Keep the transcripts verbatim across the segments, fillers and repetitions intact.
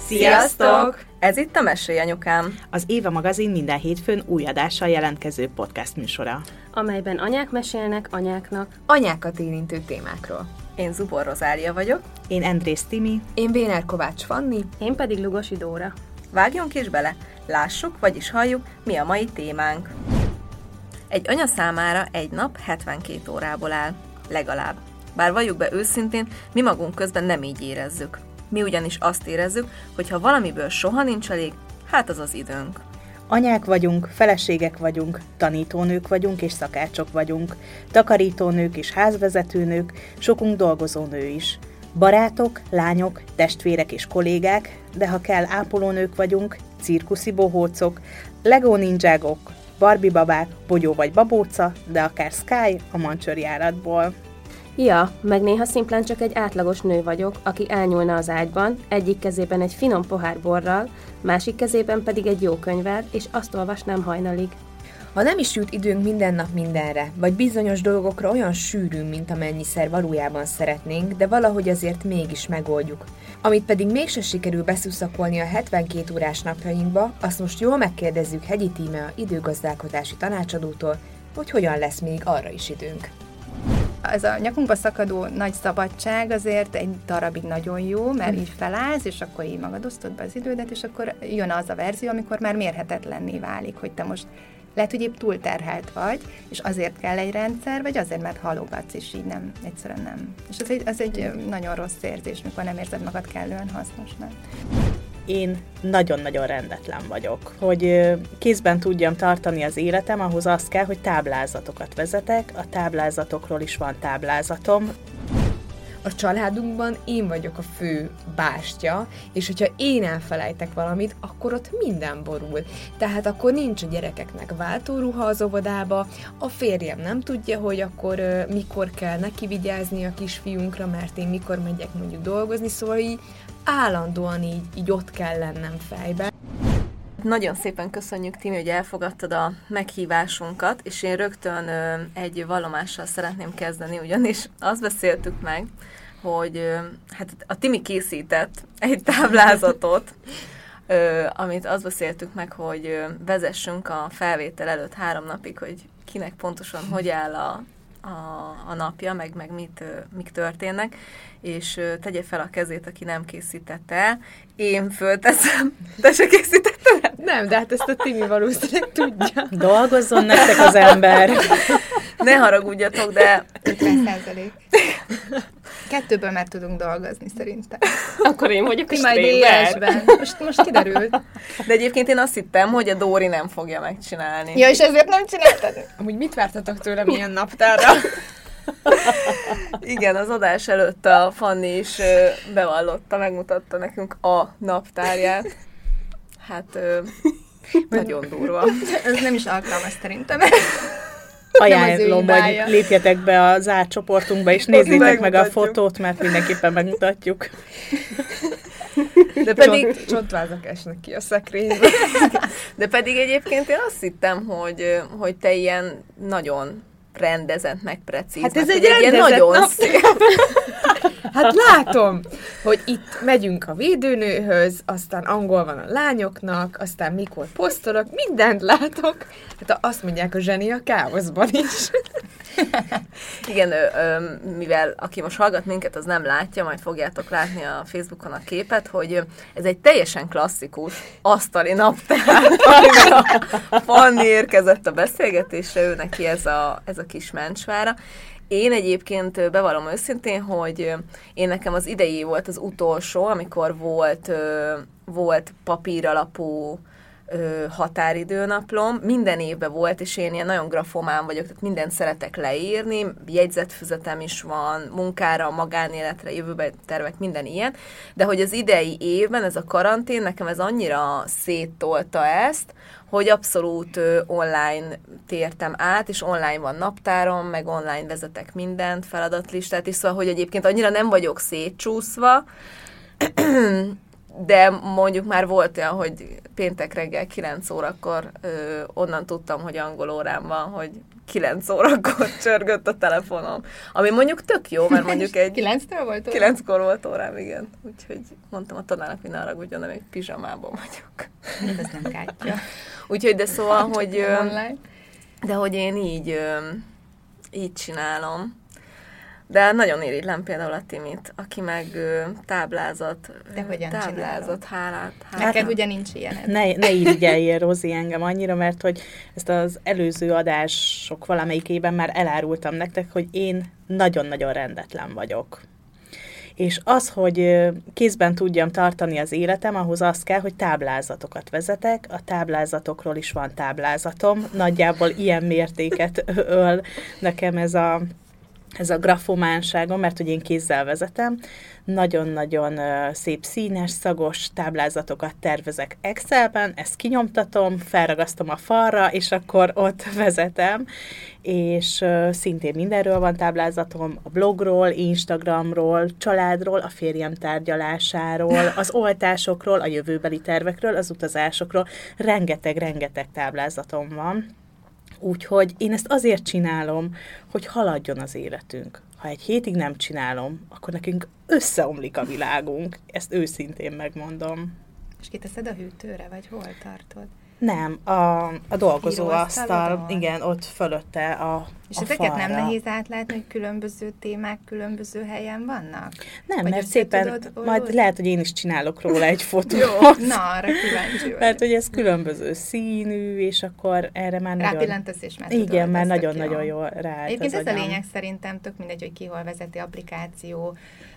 Sziasztok! Ez itt a Mesélj Anyukám, az Éva magazin minden hétfőn új adással jelentkező podcast műsora, amelyben anyák mesélnek anyáknak anyákat érintő témákról. Én Zubor Rozália vagyok. Én Endrész Timi. Én Béner Kovács Fanni. Én pedig Lugosi Dóra. Vágjunk is bele, lássuk, vagyis halljuk, mi a mai témánk. Egy anya számára egy nap hetvenkét órából áll, legalább. Bár valljuk be őszintén, mi magunk közben nem így érezzük. Mi ugyanis azt érezzük, hogy ha valamiből soha nincs elég, hát az az időnk. Anyák vagyunk, feleségek vagyunk, tanítónők vagyunk és szakácsok vagyunk, takarítónők és házvezetőnők, sokunk dolgozónő is. Barátok, lányok, testvérek és kollégák, de ha kell ápolónők vagyunk, cirkuszi bohócok, Lego ninjágok, Barbie babák, bogyó vagy babóca, de akár Sky a mancsőrjáratból. Ja, meg néha szimplán csak egy átlagos nő vagyok, aki elnyúlna az ágyban, egyik kezében egy finom pohár borral, másik kezében pedig egy jó könyvvel, és azt olvasnám hajnalig. Ha nem is jut időnk minden nap mindenre, vagy bizonyos dolgokra olyan sűrűn, mint amennyiszer valójában szeretnénk, de valahogy azért mégis megoldjuk. Amit pedig mégse sikerül beszuszakolni a hetvenkét órás napjainkba, azt most jól megkérdezzük Hegyi Tíme a időgazdálkodási tanácsadótól, hogy hogyan lesz még arra is időnk. Az a nyakunkba szakadó nagy szabadság azért egy darabig nagyon jó, mert így felállsz, és akkor így magad osztod be az idődet, és akkor jön az a verzió, amikor már mérhetetlenné válik, hogy te most lehet, hogy épp túlterhelt vagy, és azért kell egy rendszer, vagy azért, mert halogatsz, és így nem, egyszerűen nem. És az egy, az egy nagyon rossz érzés, mikor nem érzed magad kellően hasznosnak. Én nagyon-nagyon rendetlen vagyok. Hogy kézben tudjam tartani az életem, ahhoz az kell, hogy táblázatokat vezetek, a táblázatokról is van táblázatom. A családunkban én vagyok a fő bástya, és hogyha én elfelejtek valamit, akkor ott minden borul. Tehát akkor nincs a gyerekeknek váltóruha az óvodába, a férjem nem tudja, hogy akkor uh, mikor kell neki vigyázni a kisfiunkra, mert én mikor megyek mondjuk dolgozni, szóval így állandóan így, így ott kell lennem fejben. Nagyon szépen köszönjük, Timi, hogy elfogadtad a meghívásunkat, és én rögtön ö, egy vallomással szeretném kezdeni, ugyanis azt beszéltük meg, hogy ö, hát a Timi készített egy táblázatot, ö, amit azt beszéltük meg, hogy ö, vezessünk a felvétel előtt három napig, hogy kinek pontosan hogy áll a, a, a napja, meg, meg mit, ö, mik történnek, és ö, tegye fel a kezét, aki nem készítette el. Én fölteszem. Te se készítetted? Nem, de hát ezt a Timi valószínűleg tudja. Dolgozzon nektek az ember. Ne haragudjatok, de... ötven százalék. Kettőből már tudunk dolgozni, szerintem. Akkor én vagyok Ti a majd élesben. Most, most kiderült. De egyébként én azt hittem, hogy a Dóri nem fogja megcsinálni. Ja, és ezért nem csináltad? Amúgy mit vártatok tőlem ilyen naptárra? Igen, az adás előtt a Fanni is ö, bevallotta, megmutatta nekünk a naptárját. Hát ö, nagyon durva. Ez nem is alkalmas szerintem. Ajánlom, hogy lépjetek be a zárt csoportunkba, és nézzétek meg a fotót, mert mindenképpen megmutatjuk. De pedig... Csontvázak esnek ki a szekrénybe. De pedig egyébként én azt hittem, hogy, hogy te ilyen nagyon rendezett, meg precíz. Hát ez meg, egy rendezett nagyon nap. szép. Hát látom, hogy itt megyünk a védőnőhöz, aztán angol van a lányoknak, aztán mikor posztolok, mindent látok. Hát azt mondják, a zseni a káoszban is. Igen, ö, ö, mivel aki most hallgat minket, az nem látja, majd fogjátok látni a Facebookon a képet, hogy ez egy teljesen klasszikus asztali naptár, amivel a Fanni érkezett a beszélgetésre, ő neki ez a, ez a kis mencsvára. Én egyébként bevallom őszintén, hogy én nekem az idei volt az utolsó, amikor volt, volt papír alapú határidőnaplom. Minden évben volt, és én ilyen nagyon grafomán vagyok, tehát mindent szeretek leírni, jegyzetfüzetem is van, munkára, magánéletre, jövőben tervek, minden ilyen, de hogy az idei évben ez a karantén, nekem ez annyira széttolta ezt, hogy abszolút ö, online tértem át, és online van naptárom, meg online vezetek mindent, feladatlistát is, szóval, hogy egyébként annyira nem vagyok szétcsúszva, de mondjuk már volt olyan, hogy péntek reggel kilenc órakor ö, onnan tudtam, hogy angol órám van, hogy kilenc órakor csörgött a telefonom. Ami mondjuk tök jó, mert mondjuk egy... kilenctől volt órám? kilenckor volt órám, igen. Úgyhogy mondtam a tanárnak, hogy ne haragudjon, de még pizsamában vagyok. Hát ez nem kártya. Úgyhogy de szóval, hogy... Ö, Online. de hogy én így, ö, így csinálom. De nagyon irigylem például a Timit, aki meg ö, táblázat, De hogyan táblázat, hálát, hálát. Neked ugye nincs ilyened. Ne, ne irigyeljél, Rozi, engem annyira, mert hogy ezt az előző adások valamelyikében már elárultam nektek, hogy én nagyon-nagyon rendetlen vagyok. És az, hogy kézben tudjam tartani az életem, ahhoz az kell, hogy táblázatokat vezetek. A táblázatokról is van táblázatom. Nagyjából ilyen mértéket öl nekem ez a ez a grafománságom, mert hogy én kézzel vezetem, nagyon-nagyon uh, szép színes, szagos táblázatokat tervezek Excelben, ezt kinyomtatom, felragasztom a falra, és akkor ott vezetem, és uh, szintén mindenről van táblázatom, a blogról, Instagramról, családról, a férjem tárgyalásáról, az oltásokról, a jövőbeli tervekről, az utazásokról, rengeteg-rengeteg táblázatom van. Úgyhogy én ezt azért csinálom, hogy haladjon az életünk. Ha egy hétig nem csinálom, akkor nekünk összeomlik a világunk. Ezt őszintén megmondom. És kiteszed a hűtőre, vagy hol tartod? Nem, a, a dolgozóasztal, Íróasztalodon? igen, ott fölötte a És a ezeket falra. nem nehéz átlátni, hogy különböző témák különböző helyen vannak? Nem, Vagy mert össze szépen, tudod majd olvasni? lehet, hogy én is csinálok róla egy fotót. Jó, na, arra kíváncsi vagyok. Mert hogy ez különböző színű, és akkor erre már nagyon... Rápillantasz, és már Igen, tudod, már ez tök nagyon-nagyon jó. jól ráállt Egyébként az ez a agyam. lényeg szerintem, tök mindegy, hogy ki hol vezeti applikáció,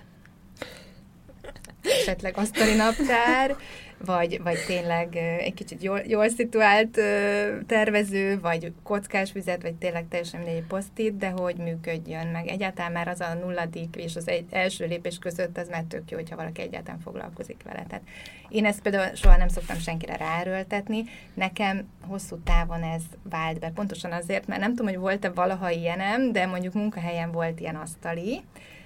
esetleg asztali naptár, vagy, vagy tényleg egy kicsit jól, jól szituált tervező, vagy kockás vizet, vagy tényleg teljesen mindegy posztit, de hogy működjön meg. Egyáltalán már az a nulladik és az egy, első lépés között az már tök jó, hogyha valaki egyáltalán foglalkozik vele. Tehát én ezt például soha nem szoktam senkire ráerőltetni. Nekem hosszú távon ez vált be. Pontosan azért, mert nem tudom, hogy volt-e valaha ilyenem, de mondjuk munkahelyen volt ilyen asztali,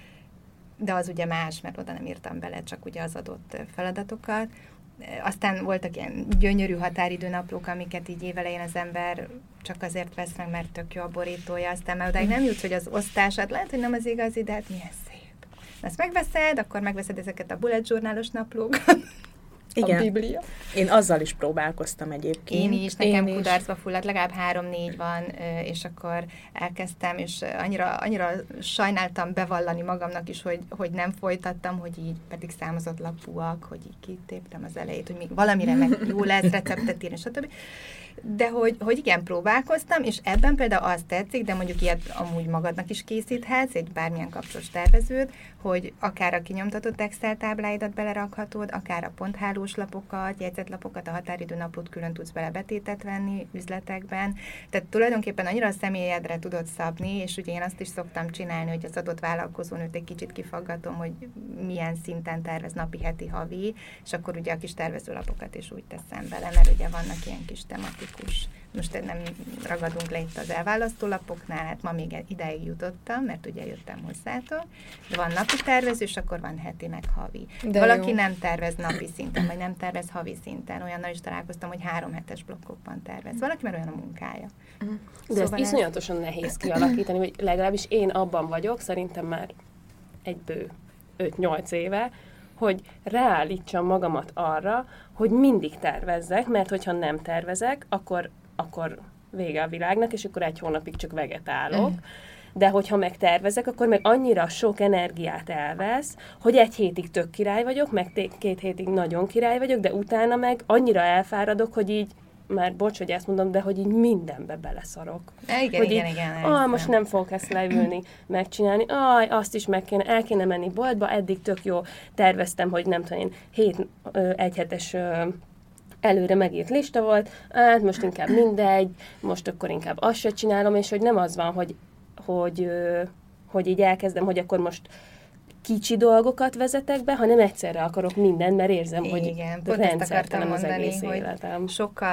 de az ugye más, mert oda nem írtam bele csak ugye az adott feladatokat. Aztán voltak ilyen gyönyörű határidőnaplók, amiket így évelején az ember csak azért vesz meg, mert tök jó a borítója, aztán már odáig nem jutsz, hogy az osztását lehet, hogy nem az igazi, de hát milyen szép. Ezt megveszed, akkor megveszed ezeket a bullet journálos naplókat. Igen. A Biblia. Én azzal is próbálkoztam egyébként. Én is, nekem Én is. kudarcba fulladt, legalább három-négy van, és akkor elkezdtem, és annyira, annyira sajnáltam bevallani magamnak is, hogy, hogy nem folytattam, hogy így pedig számozott lapúak, hogy így kitéptem az elejét, hogy még valamire meg jó lesz, receptet írni, stb. De hogy, hogy igen, próbálkoztam, és ebben például az tetszik, de mondjuk ilyet amúgy magadnak is készíthetsz, egy bármilyen kapcsolós tervezőt, hogy akár a kinyomtatott Excel tábláidat belerakhatod, akár a ponthálós lapokat, jegyzetlapokat, a határidőnaplót külön tudsz bele betétet venni üzletekben. Tehát tulajdonképpen annyira a személyedre tudod szabni, és ugye én azt is szoktam csinálni, hogy az adott vállalkozónőt egy kicsit kifaggatom, hogy milyen szinten tervez napi, heti, havi, és akkor ugye a kis tervezőlapokat is úgy teszem bele, mert ugye vannak ilyen kis tematikus. Most nem ragadunk le itt az elválasztólapoknál, hát ma még ideig jutottam, mert ugye jöttem hozzátok, de van napi tervező, és akkor van heti, meg havi. De Valaki jó. nem tervez napi szinten, vagy nem tervez havi szinten. Olyannal is találkoztam, hogy három hetes blokkokban tervez. Valaki már olyan a munkája. De Szóval ezt ez- iszonyatosan nehéz kialakítani, vagy legalábbis én abban vagyok, szerintem már egy bő öt-nyolc éve, hogy ráállítsam magamat arra, hogy mindig tervezzek, mert hogyha nem tervezek, akkor, akkor vége a világnak, és akkor egy hónapig csak vegetálok. De hogyha megtervezek, akkor meg annyira sok energiát elvesz, hogy egy hétig tök király vagyok, meg té- két hétig nagyon király vagyok, de utána meg annyira elfáradok, hogy így, már bocs, hogy ezt mondom, de hogy így mindenbe beleszarok. E, igen, hogy igen, így, igen. ah, ez most nem fogok ezt leülni, megcsinálni, aj, azt is meg kéne, el kéne menni boltba, eddig tök jó terveztem, hogy nem tudom én, hét ö, egyhetes ö, előre megírt lista volt, hát most inkább mindegy, most akkor inkább azt se csinálom, és hogy nem az van, hogy, hogy, ö, hogy így elkezdem, hogy akkor most kicsi dolgokat vezetek be, hanem egyszerre akarok mindent, mert érzem, hogy Igen, pont ezt akartam rendszertelen az mondani, egész hogy életem. sokkal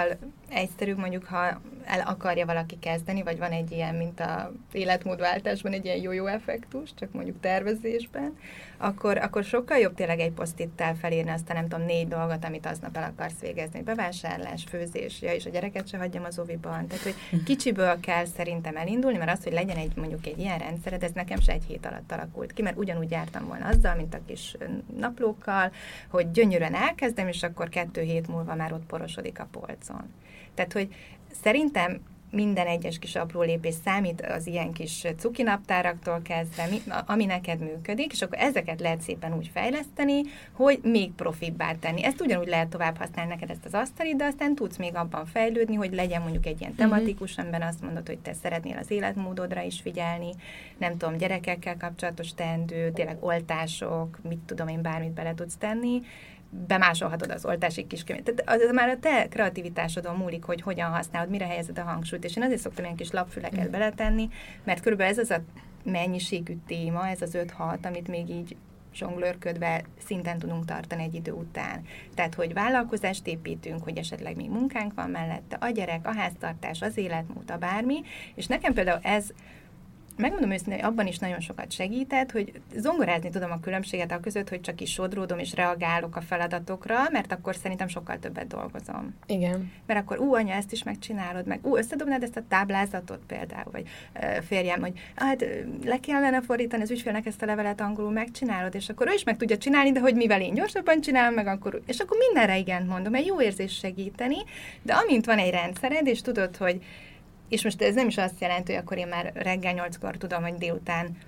egyszerűbb, mondjuk, ha el akarja valaki kezdeni, vagy van egy ilyen, mint az életmódváltásban egy ilyen jó-jó effektus, csak mondjuk tervezésben, akkor, akkor sokkal jobb tényleg egy posztittel felírni azt a nem tudom, négy dolgot, amit aznap el akarsz végezni. Bevásárlás, főzés, ja, és a gyereket se hagyjam az oviban. Tehát, hogy kicsiből kell szerintem elindulni, mert az, hogy legyen egy mondjuk egy ilyen rendszered, ez nekem se egy hét alatt alakult ki, mert ugyanúgy jártam volna azzal, mint a kis naplókkal, hogy gyönyörűen elkezdem, és akkor kettő hét múlva már ott porosodik a polcon. Tehát, hogy szerintem minden egyes kis apró lépés számít, az ilyen kis cukinaptáraktól kezdve, ami neked működik, és akkor ezeket lehet szépen úgy fejleszteni, hogy még profibbá tenni. Ezt ugyanúgy lehet tovább használni neked ezt az asztalit, de aztán tudsz még abban fejlődni, hogy legyen mondjuk egy ilyen tematikus, amiben azt mondod, hogy te szeretnél az életmódodra is figyelni, nem tudom, gyerekekkel kapcsolatos teendő, tényleg oltások, mit tudom én, bármit bele tudsz tenni, bemásolhatod az oltási kiskönyvet. Tehát az már a te kreativitásodon múlik, hogy hogyan használod, mire helyezed a hangsúlyt, és én azért szoktam ilyen kis lapfüleket beletenni, mert körülbelül ez az a mennyiségű téma, ez az öt-hat, amit még így zsonglőrködve szinten tudunk tartani egy idő után. Tehát, hogy vállalkozást építünk, hogy esetleg még munkánk van mellette, a gyerek, a háztartás, az életmód, a bármi, és nekem például ez megmondom őszintén, hogy abban is nagyon sokat segített, hogy zongorázni tudom a különbséget a között, hogy csak is sodródom és reagálok a feladatokra, mert akkor szerintem sokkal többet dolgozom. Igen. Mert akkor, ú, anya, ezt is megcsinálod, meg ú, összedobnád ezt a táblázatot például, vagy uh, férjem, hogy hát le kellene fordítani az ügyfélnek ezt a levelet angolul, megcsinálod, és akkor ő is meg tudja csinálni, de hogy mivel én gyorsabban csinálom, meg akkor, és akkor mindenre igent mondom, egy jó érzés segíteni, de amint van egy rendszered, és tudod, hogy és most ez nem is azt jelenti, hogy akkor én már reggel nyolckor tudom, hogy délután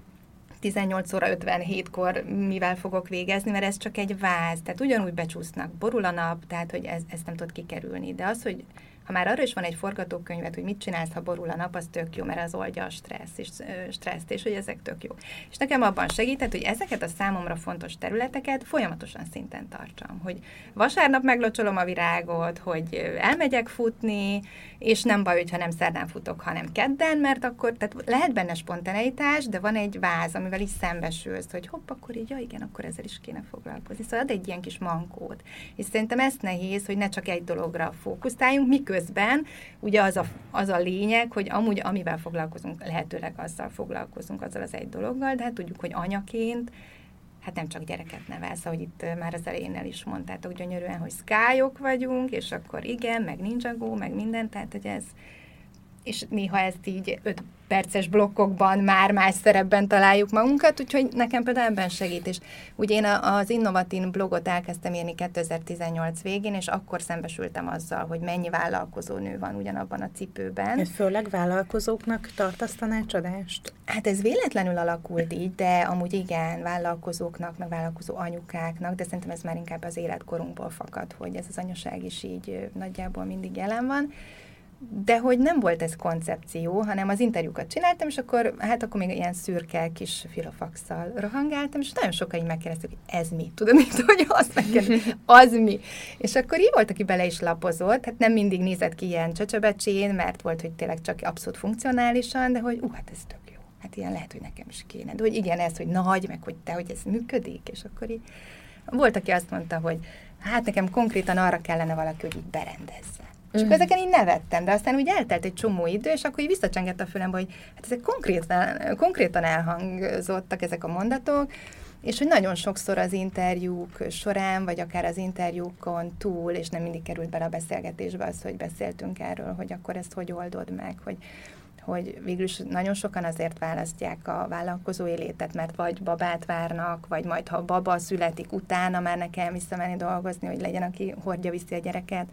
tizennyolc óra ötvenhétkor mivel fogok végezni, mert ez csak egy váz. Tehát ugyanúgy becsúsznak, borul a nap, tehát hogy ez, ezt nem tud kikerülni. De az, hogy ha már arra is van egy forgatókönyvet, hogy mit csinálsz, ha borul a nap, az tök jó, mert az oldja a stressz és, stresszt, és hogy ezek tök jó. És nekem abban segített, hogy ezeket a számomra fontos területeket folyamatosan szinten tartsam. Hogy vasárnap meglocsolom a virágot, hogy elmegyek futni, és nem baj, hogyha nem szerdán futok, hanem kedden, mert akkor tehát lehet benne spontaneitás, de van egy váz, amivel is szembesülsz, hogy hopp, akkor így, ja igen, akkor ezzel is kéne foglalkozni. Szóval ad egy ilyen kis mankót. És szerintem ez nehéz, hogy ne csak egy dologra fókuszáljunk, miközben ugye az a, az a lényeg, hogy amúgy amivel foglalkozunk, lehetőleg azzal foglalkozunk, azzal az egy dologgal, de hát tudjuk, hogy anyaként hát nem csak gyereket nevelsz, ahogy itt már az elején el is mondtátok gyönyörűen, hogy Skyok vagyunk, és akkor igen, meg Ninjago, meg minden, tehát hogy ez, és néha ezt így öt perces blokkokban már más szerepben találjuk magunkat, úgyhogy nekem például ebben segít, és ugye én az Innovatin blogot elkezdtem írni kétezer-tizennyolc végén, és akkor szembesültem azzal, hogy mennyi vállalkozó nő van ugyanabban a cipőben. Ez főleg vállalkozóknak tartasz tanácsadást? Hát ez véletlenül alakult így, de amúgy igen, vállalkozóknak, meg vállalkozó anyukáknak, de szerintem ez már inkább az életkorunkból fakad, hogy ez az anyaság is így nagyjából mindig jelen van. De hogy nem volt ez koncepció, hanem az interjúkat csináltam, és akkor, hát akkor még ilyen szürke kis filofaxszal rohangáltam, és nagyon sokan így megkérdezték, hogy ez mi? Tudod, mint hogy azt megkérdezték, az mi? És akkor így volt, aki bele is lapozott, hát nem mindig nézett ki ilyen csöcsöbecsén, mert volt, hogy tényleg csak abszolút funkcionálisan, de hogy ú, hát ez tök jó. Hát ilyen lehet, hogy nekem is kéne. De hogy igen, ez, hogy nagy, meg hogy te, hogy ez működik, és akkor így volt, aki azt mondta, hogy hát nekem konkrétan arra kellene valaki, hogy így berendezze. És akkor ezeken így nevettem, de aztán úgy eltelt egy csomó idő, és akkor így visszacsengett a fülembe, hogy hát ezek konkrétan, konkrétan elhangzottak ezek a mondatok, és hogy nagyon sokszor az interjúk során, vagy akár az interjúkon túl, és nem mindig került bele a beszélgetésbe az, hogy beszéltünk erről, hogy akkor ezt hogy oldod meg, hogy hogy végül is nagyon sokan azért választják a vállalkozói létet, mert vagy babát várnak, vagy majd ha baba születik, utána már ne kell visszamenni dolgozni, hogy legyen, aki hordja viszi a gyereket.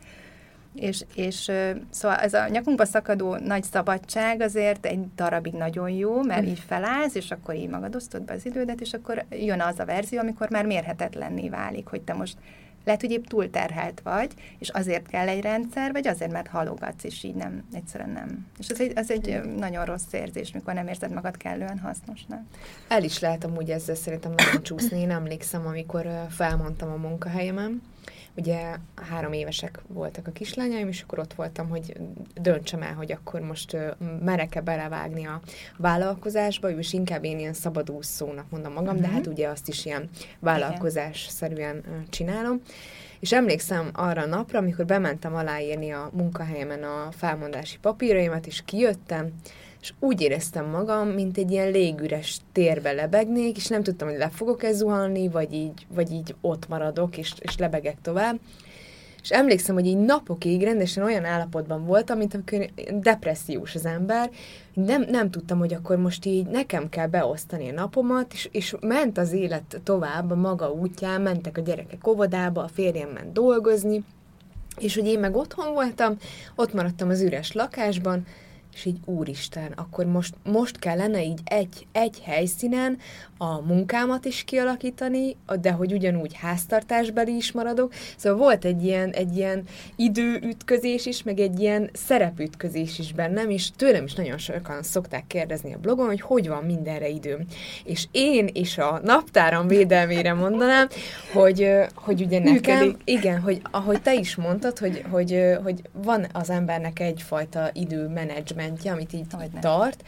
És, és szóval ez a nyakunkba szakadó nagy szabadság azért egy darabig nagyon jó, mert így felállsz, és akkor így magad osztod be az idődet, és akkor jön az a verzió, amikor már mérhetetlenné válik, hogy te most lehet, hogy épp túlterhelt vagy, és azért kell egy rendszer, vagy azért, mert halogatsz, és így nem, egyszerűen nem. És ez egy, az egy nagyon rossz érzés, mikor nem érzed magad kellően hasznosnak. El is lehet amúgy ezzel szerintem nagyon csúszni. Én emlékszem, amikor felmondtam a munkahelyemen, ugye három évesek voltak a kislányaim, és akkor ott voltam, hogy döntsem el, hogy akkor most merek-e belevágni a vállalkozásba, és inkább én ilyen szabadúszónak mondom magam, uh-huh. de hát ugye azt is ilyen vállalkozásszerűen csinálom. És emlékszem arra a napra, amikor bementem aláírni a munkahelyemen a felmondási papíraimat, és kijöttem, és úgy éreztem magam, mint egy ilyen légüres térbe lebegnék, és nem tudtam, hogy le fogok-e zuhanni, vagy így, vagy így ott maradok, és, és lebegek tovább. És emlékszem, hogy így napokig rendesen olyan állapotban voltam, mint amikor depressziós az ember, nem, nem tudtam, hogy akkor most így nekem kell beosztani a napomat, és, és ment az élet tovább a maga útján, mentek a gyerekek óvodába, a férjem ment dolgozni, és hogy én meg otthon voltam, ott maradtam az üres lakásban, és így úristen, akkor most, most kellene így egy, egy helyszínen a munkámat is kialakítani, de hogy ugyanúgy háztartásbeli is maradok. Szóval volt egy ilyen, egy ilyen időütközés is, meg egy ilyen szerepütközés is bennem, és tőlem is nagyon sokan szokták kérdezni a blogon, hogy hogy van mindenre időm. És én és a naptáram védelmére mondanám, hogy, hogy ugye nekem, Működik. igen, hogy ahogy te is mondtad, hogy, hogy, hogy van az embernek egyfajta időmenedzsmentje, amit így, így tart,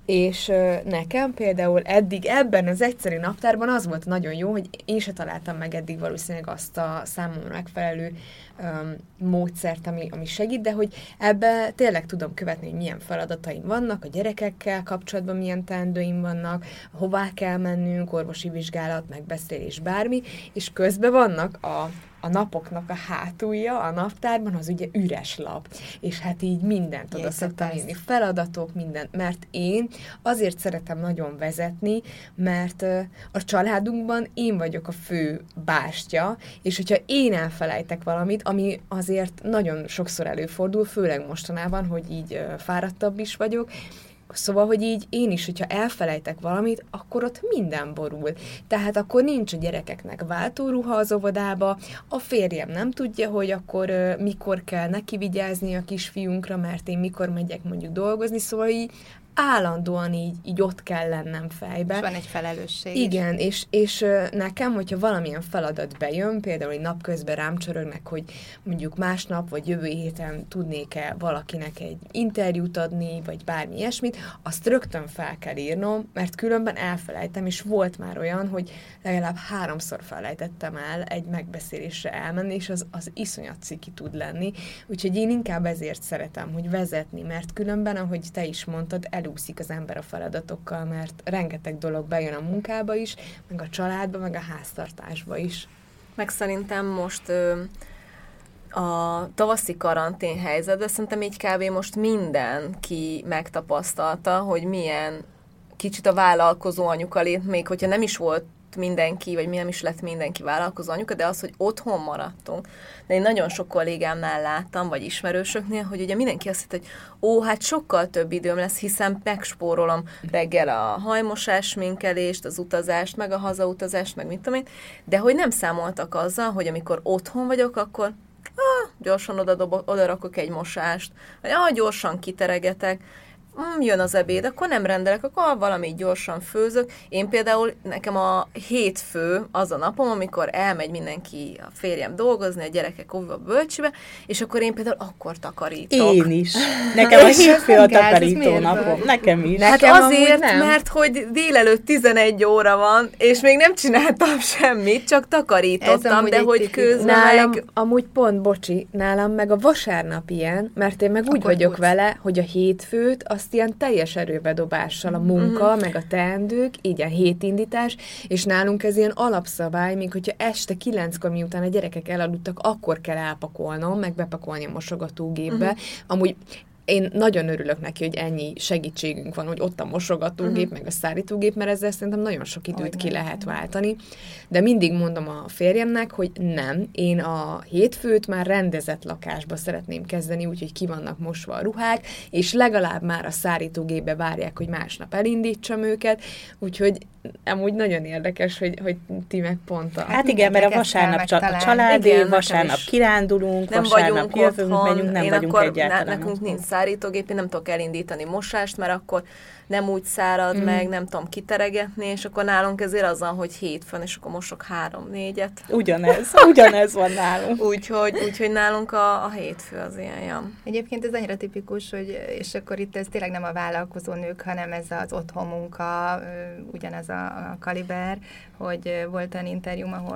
és nekem például eddig ebben az egyszerű naptárban az volt nagyon jó, hogy én se találtam meg eddig valószínűleg azt a számomra megfelelő um, módszert, ami, ami segít, de hogy ebbe tényleg tudom követni, hogy milyen feladataim vannak, a gyerekekkel kapcsolatban milyen teendőim vannak, hová kell mennünk, orvosi vizsgálat, megbeszélés, bármi, és közben vannak a a napoknak a hátulja a naptárban az ugye üres lap, és hát így mindent oda szoktam írni, feladatok, mindent, mert én azért szeretem nagyon vezetni, mert a családunkban én vagyok a fő bástya, és hogyha én elfelejtek valamit, ami azért nagyon sokszor előfordul, főleg mostanában, hogy így fáradtabb is vagyok, szóval, hogy így én is, hogyha elfelejtek valamit, akkor ott minden borul. Tehát akkor nincs a gyerekeknek váltóruha az óvodába, a férjem nem tudja, hogy akkor uh, mikor kell neki vigyázni a kisfiunkra, mert én mikor megyek mondjuk dolgozni, szóval így állandóan így, így ott kell lennem fejbe. És van egy felelősség. Igen, és, és nekem, hogyha valamilyen feladat bejön, például egy napközben rám csörögnek, hogy mondjuk másnap vagy jövő héten tudnék-e valakinek egy interjút adni, vagy bármi ilyesmit, azt rögtön fel kell írnom, mert különben elfelejtem, és volt már olyan, hogy legalább háromszor felejtettem el egy megbeszélésre elmenni, és az, az iszonyat ciki tud lenni. Úgyhogy én inkább ezért szeretem, hogy vezetni, mert különben, ahogy te is mondtad, elúszik az ember a feladatokkal, mert rengeteg dolog bejön a munkába is, meg a családba, meg a háztartásba is. Meg szerintem most ö, a tavaszi karantén helyzetben szerintem így kb. Most mindenki megtapasztalta, hogy milyen kicsit a vállalkozó anyuka lét, még hogyha nem is volt mindenki, vagy nem is lett mindenki vállalkozó anyuka, de az, hogy otthon maradtunk. De én nagyon sok kollégámnál láttam, vagy ismerősöknél, hogy ugye mindenki azt hitt, hogy ó, hát sokkal több időm lesz, hiszen megspórolom reggel a hajmosás, sminkelést, az utazást, meg a hazautazást, meg mit tudom én, de hogy nem számoltak azzal, hogy amikor otthon vagyok, akkor ah, gyorsan oda, dobo, oda rakok egy mosást, vagy ah, gyorsan kiteregetek, Mm, jön az ebéd, akkor nem rendelek, akkor valamit gyorsan főzök. Én például, nekem a hétfő az a napom, amikor elmegy mindenki, a férjem dolgozni, a gyerekek óvba, bölcsibe, és akkor én például akkor takarítok. Én is. Nekem a hétfő a takarító napom. Nekem is. Hát Nekem azért, mert hogy délelőtt tizenegy óra van, és még nem csináltam semmit, csak takarítottam, de hogy közben nálam, meg... amúgy pont, bocsi, nálam meg a vasárnap ilyen, mert én meg úgy akkor vagyok tudsz. vele, hogy a hétfőt azt ilyen teljes erőbedobással a munka, mm-hmm. meg a teendők, így a hétindítás, és nálunk ez ilyen alapszabály, még hogyha este kilenckor, miután a gyerekek elaludtak, akkor kell elpakolnom, meg bepakolni a mosogatógépbe. Mm-hmm. Amúgy én nagyon örülök neki, hogy ennyi segítségünk van, hogy ott a mosogatógép, uh-huh. meg a szárítógép, mert ezzel szerintem nagyon sok időt Olyan. ki lehet váltani. De mindig mondom a férjemnek, hogy nem, én a hétfőt már rendezett lakásba szeretném kezdeni, úgyhogy ki vannak mosva a ruhák, és legalább már a szárítógépbe várják, hogy másnap elindítsam őket, úgyhogy amúgy nagyon érdekes, hogy, hogy ti meg pont a... Hát igen, mert a vasárnap a családé, igen, vasárnap kirándulunk, nem vasárnap jövünk, otthon, megyünk, nem én vagyunk akkor, egyáltalán. Ne, nekünk nincs szárítógép, én nem tudok elindítani mosást, mert akkor nem úgy szárad mm. meg, nem tudom kiteregetni, és akkor nálunk ezért az van, hogy hétfőn, és akkor mosok három-négyet. Ugyanez, ugyanez van nálunk. Úgyhogy úgy, nálunk a, a hétfő az ilyen, ja. Egyébként ez annyira tipikus, hogy, és akkor itt ez tényleg nem a vállalkozó nők, hanem ez az otthonmunka, ugyanez a, a kaliber, hogy volt olyan interjúm, ahol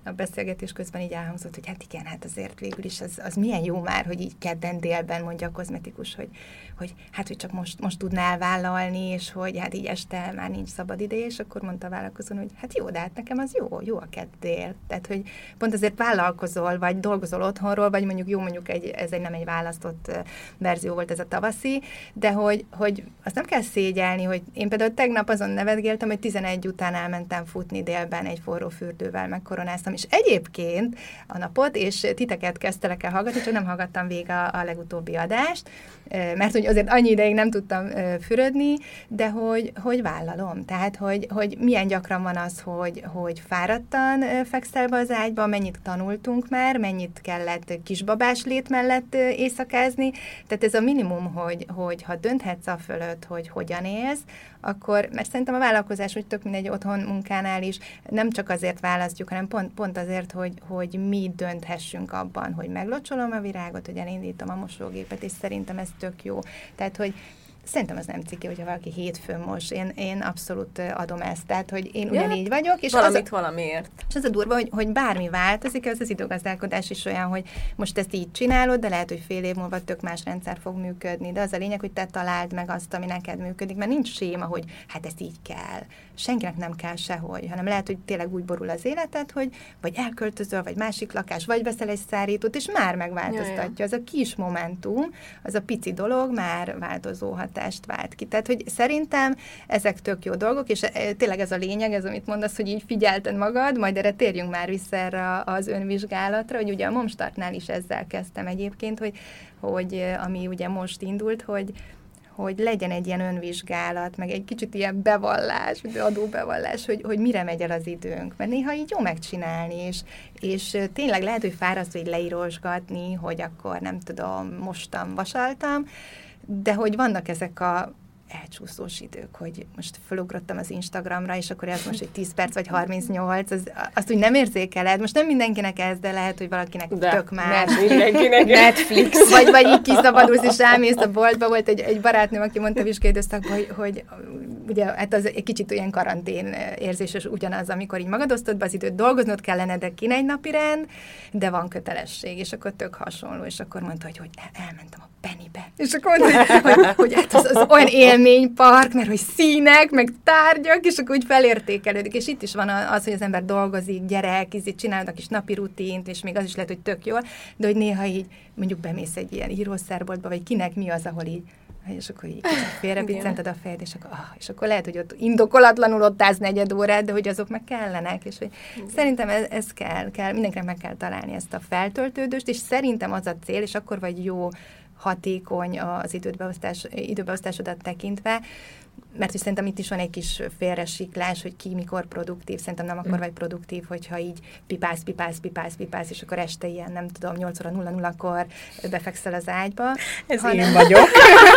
a beszélgetés közben így elhangzott, hogy hát igen, hát azért végül is az, az milyen jó már, hogy így kedden délben mondja a kozmetikus, hogy, hogy hát, hogy csak most, most tudnál vállalni, és hogy hát így este már nincs szabad ideje, és akkor mondta a vállalkozón, hogy hát jó, de hát nekem az jó, jó a kedd dél. Tehát, hogy pont azért vállalkozol, vagy dolgozol otthonról, vagy mondjuk jó, mondjuk egy, ez egy nem egy választott verzió volt ez a tavaszi, de hogy, hogy azt nem kell szégyelni, hogy én például tegnap azon nevetgéltem, hogy tizenegy után elmentem futni délben egy forró fürdővel, megkoronáztam, és egyébként a napot, és titeket kezdtelek el hallgatni, csak nem hallgattam végig a, a legutóbbi adást, mert hogy azért annyi ideig nem tudtam fürödni, de hogy, hogy vállalom. Tehát, hogy, hogy milyen gyakran van az, hogy, hogy fáradtan fekszel be az ágyba, mennyit tanultunk már, mennyit kellett kisbabás lét mellett éjszakázni. Tehát ez a minimum, hogy, hogy ha dönthetsz a fölött, hogy hogyan élsz, akkor, mert szerintem a vállalkozás, hogy tök mindegy otthon munkánál is, nem csak azért választjuk, hanem pont, pont azért, hogy, hogy mi dönthessünk abban, hogy meglocsolom a virágot, hogy elindítom a mosógépet, és szerintem ez tök jó. Tehát, hogy szerintem az nem ciki, hogyha valaki hétfőn mos. Én, én abszolút adom ezt. Tehát, hogy én ugyanígy vagyok. És valamit az a, valamiért. És az a durva, hogy, hogy bármi változik, ez az időgazdálkodás is olyan, hogy most ezt így csinálod, de lehet, hogy fél év múlva tök más rendszer fog működni. De az a lényeg, hogy te találd meg azt, ami neked működik, mert nincs séma, hogy hát ezt így kell. Senkinek nem kell sehogy, hanem lehet, hogy tényleg úgy borul az életed, hogy vagy elköltözöl, vagy másik lakás, vagy veszel egy szárítót, és már megváltoztatja. Az a kis momentum, az a pici dolog már változó hatást vált ki. Tehát, hogy szerintem ezek tök jó dolgok, és tényleg ez a lényeg, ez, amit mondasz, hogy így figyelted magad, majd erre térjünk már vissza erre az önvizsgálatra, hogy ugye a Momstartnál is ezzel kezdtem egyébként, hogy, hogy ami ugye most indult, hogy hogy legyen egy ilyen önvizsgálat, meg egy kicsit ilyen bevallás, vagy adóbevallás, hogy, hogy mire megy el az időnk. Mert néha így jó megcsinálni, és, és tényleg lehet, hogy fárasztó, hogy leírosgatni, hogy akkor nem tudom, mostam, vasaltam, de hogy vannak ezek a elcsúszós idők, hogy most felugrottam az Instagramra, és akkor ez most egy tíz perc vagy harmincnyolc, az, azt úgy nem érzékeled. Most nem mindenkinek ez, de lehet, hogy valakinek de, tök más. Mindenkinek. Netflix. Vagy, vagy így kiszabadulsz, és rámész a boltba. Volt egy, egy barátnőm, aki mondta vizsgai időszakban, hogy, hogy ugye hát az egy kicsit olyan karantén érzéses ugyanaz, amikor így magadoztad be az időt, dolgoznod kellene, de kéne egy napi rend, de van kötelesség, és akkor tök hasonló, és akkor mondta, hogy, hogy elmentem a Pennybe. És akkor mondta, hogy, hogy hát az, az olyan élménypark, mert hogy színek, meg tárgyak, és akkor úgy felértékelődik. És itt is van az, hogy az ember dolgozik, gyerek, így csinálod a kis napi rutint, és még az is lehet, hogy tök jól, de hogy néha így mondjuk bemész egy ilyen írószerboltba, vagy kinek mi az, ahol így és akkor így félrepiccented a fejed, és akkor, ah, és akkor lehet, hogy ott indokolatlanul ott állsz negyed órát, de hogy azok meg kellenek, és hogy igen. Szerintem ez, ez kell, kell, mindenkinek meg kell találni ezt a feltöltődőst, és szerintem az a cél, és akkor vagy jó, hatékony az időbeosztás, időbeosztásodat tekintve, mert hogy szerintem itt is van egy kis félresiklás, hogy ki mikor produktív, szerintem nem akkor vagy produktív, hogyha így pipálsz, pipálsz, pipálsz, pipálsz, és akkor este ilyen, nem tudom, nyolc óra nulla nullakor befekszel az ágyba. Ez hanem... én vagyok.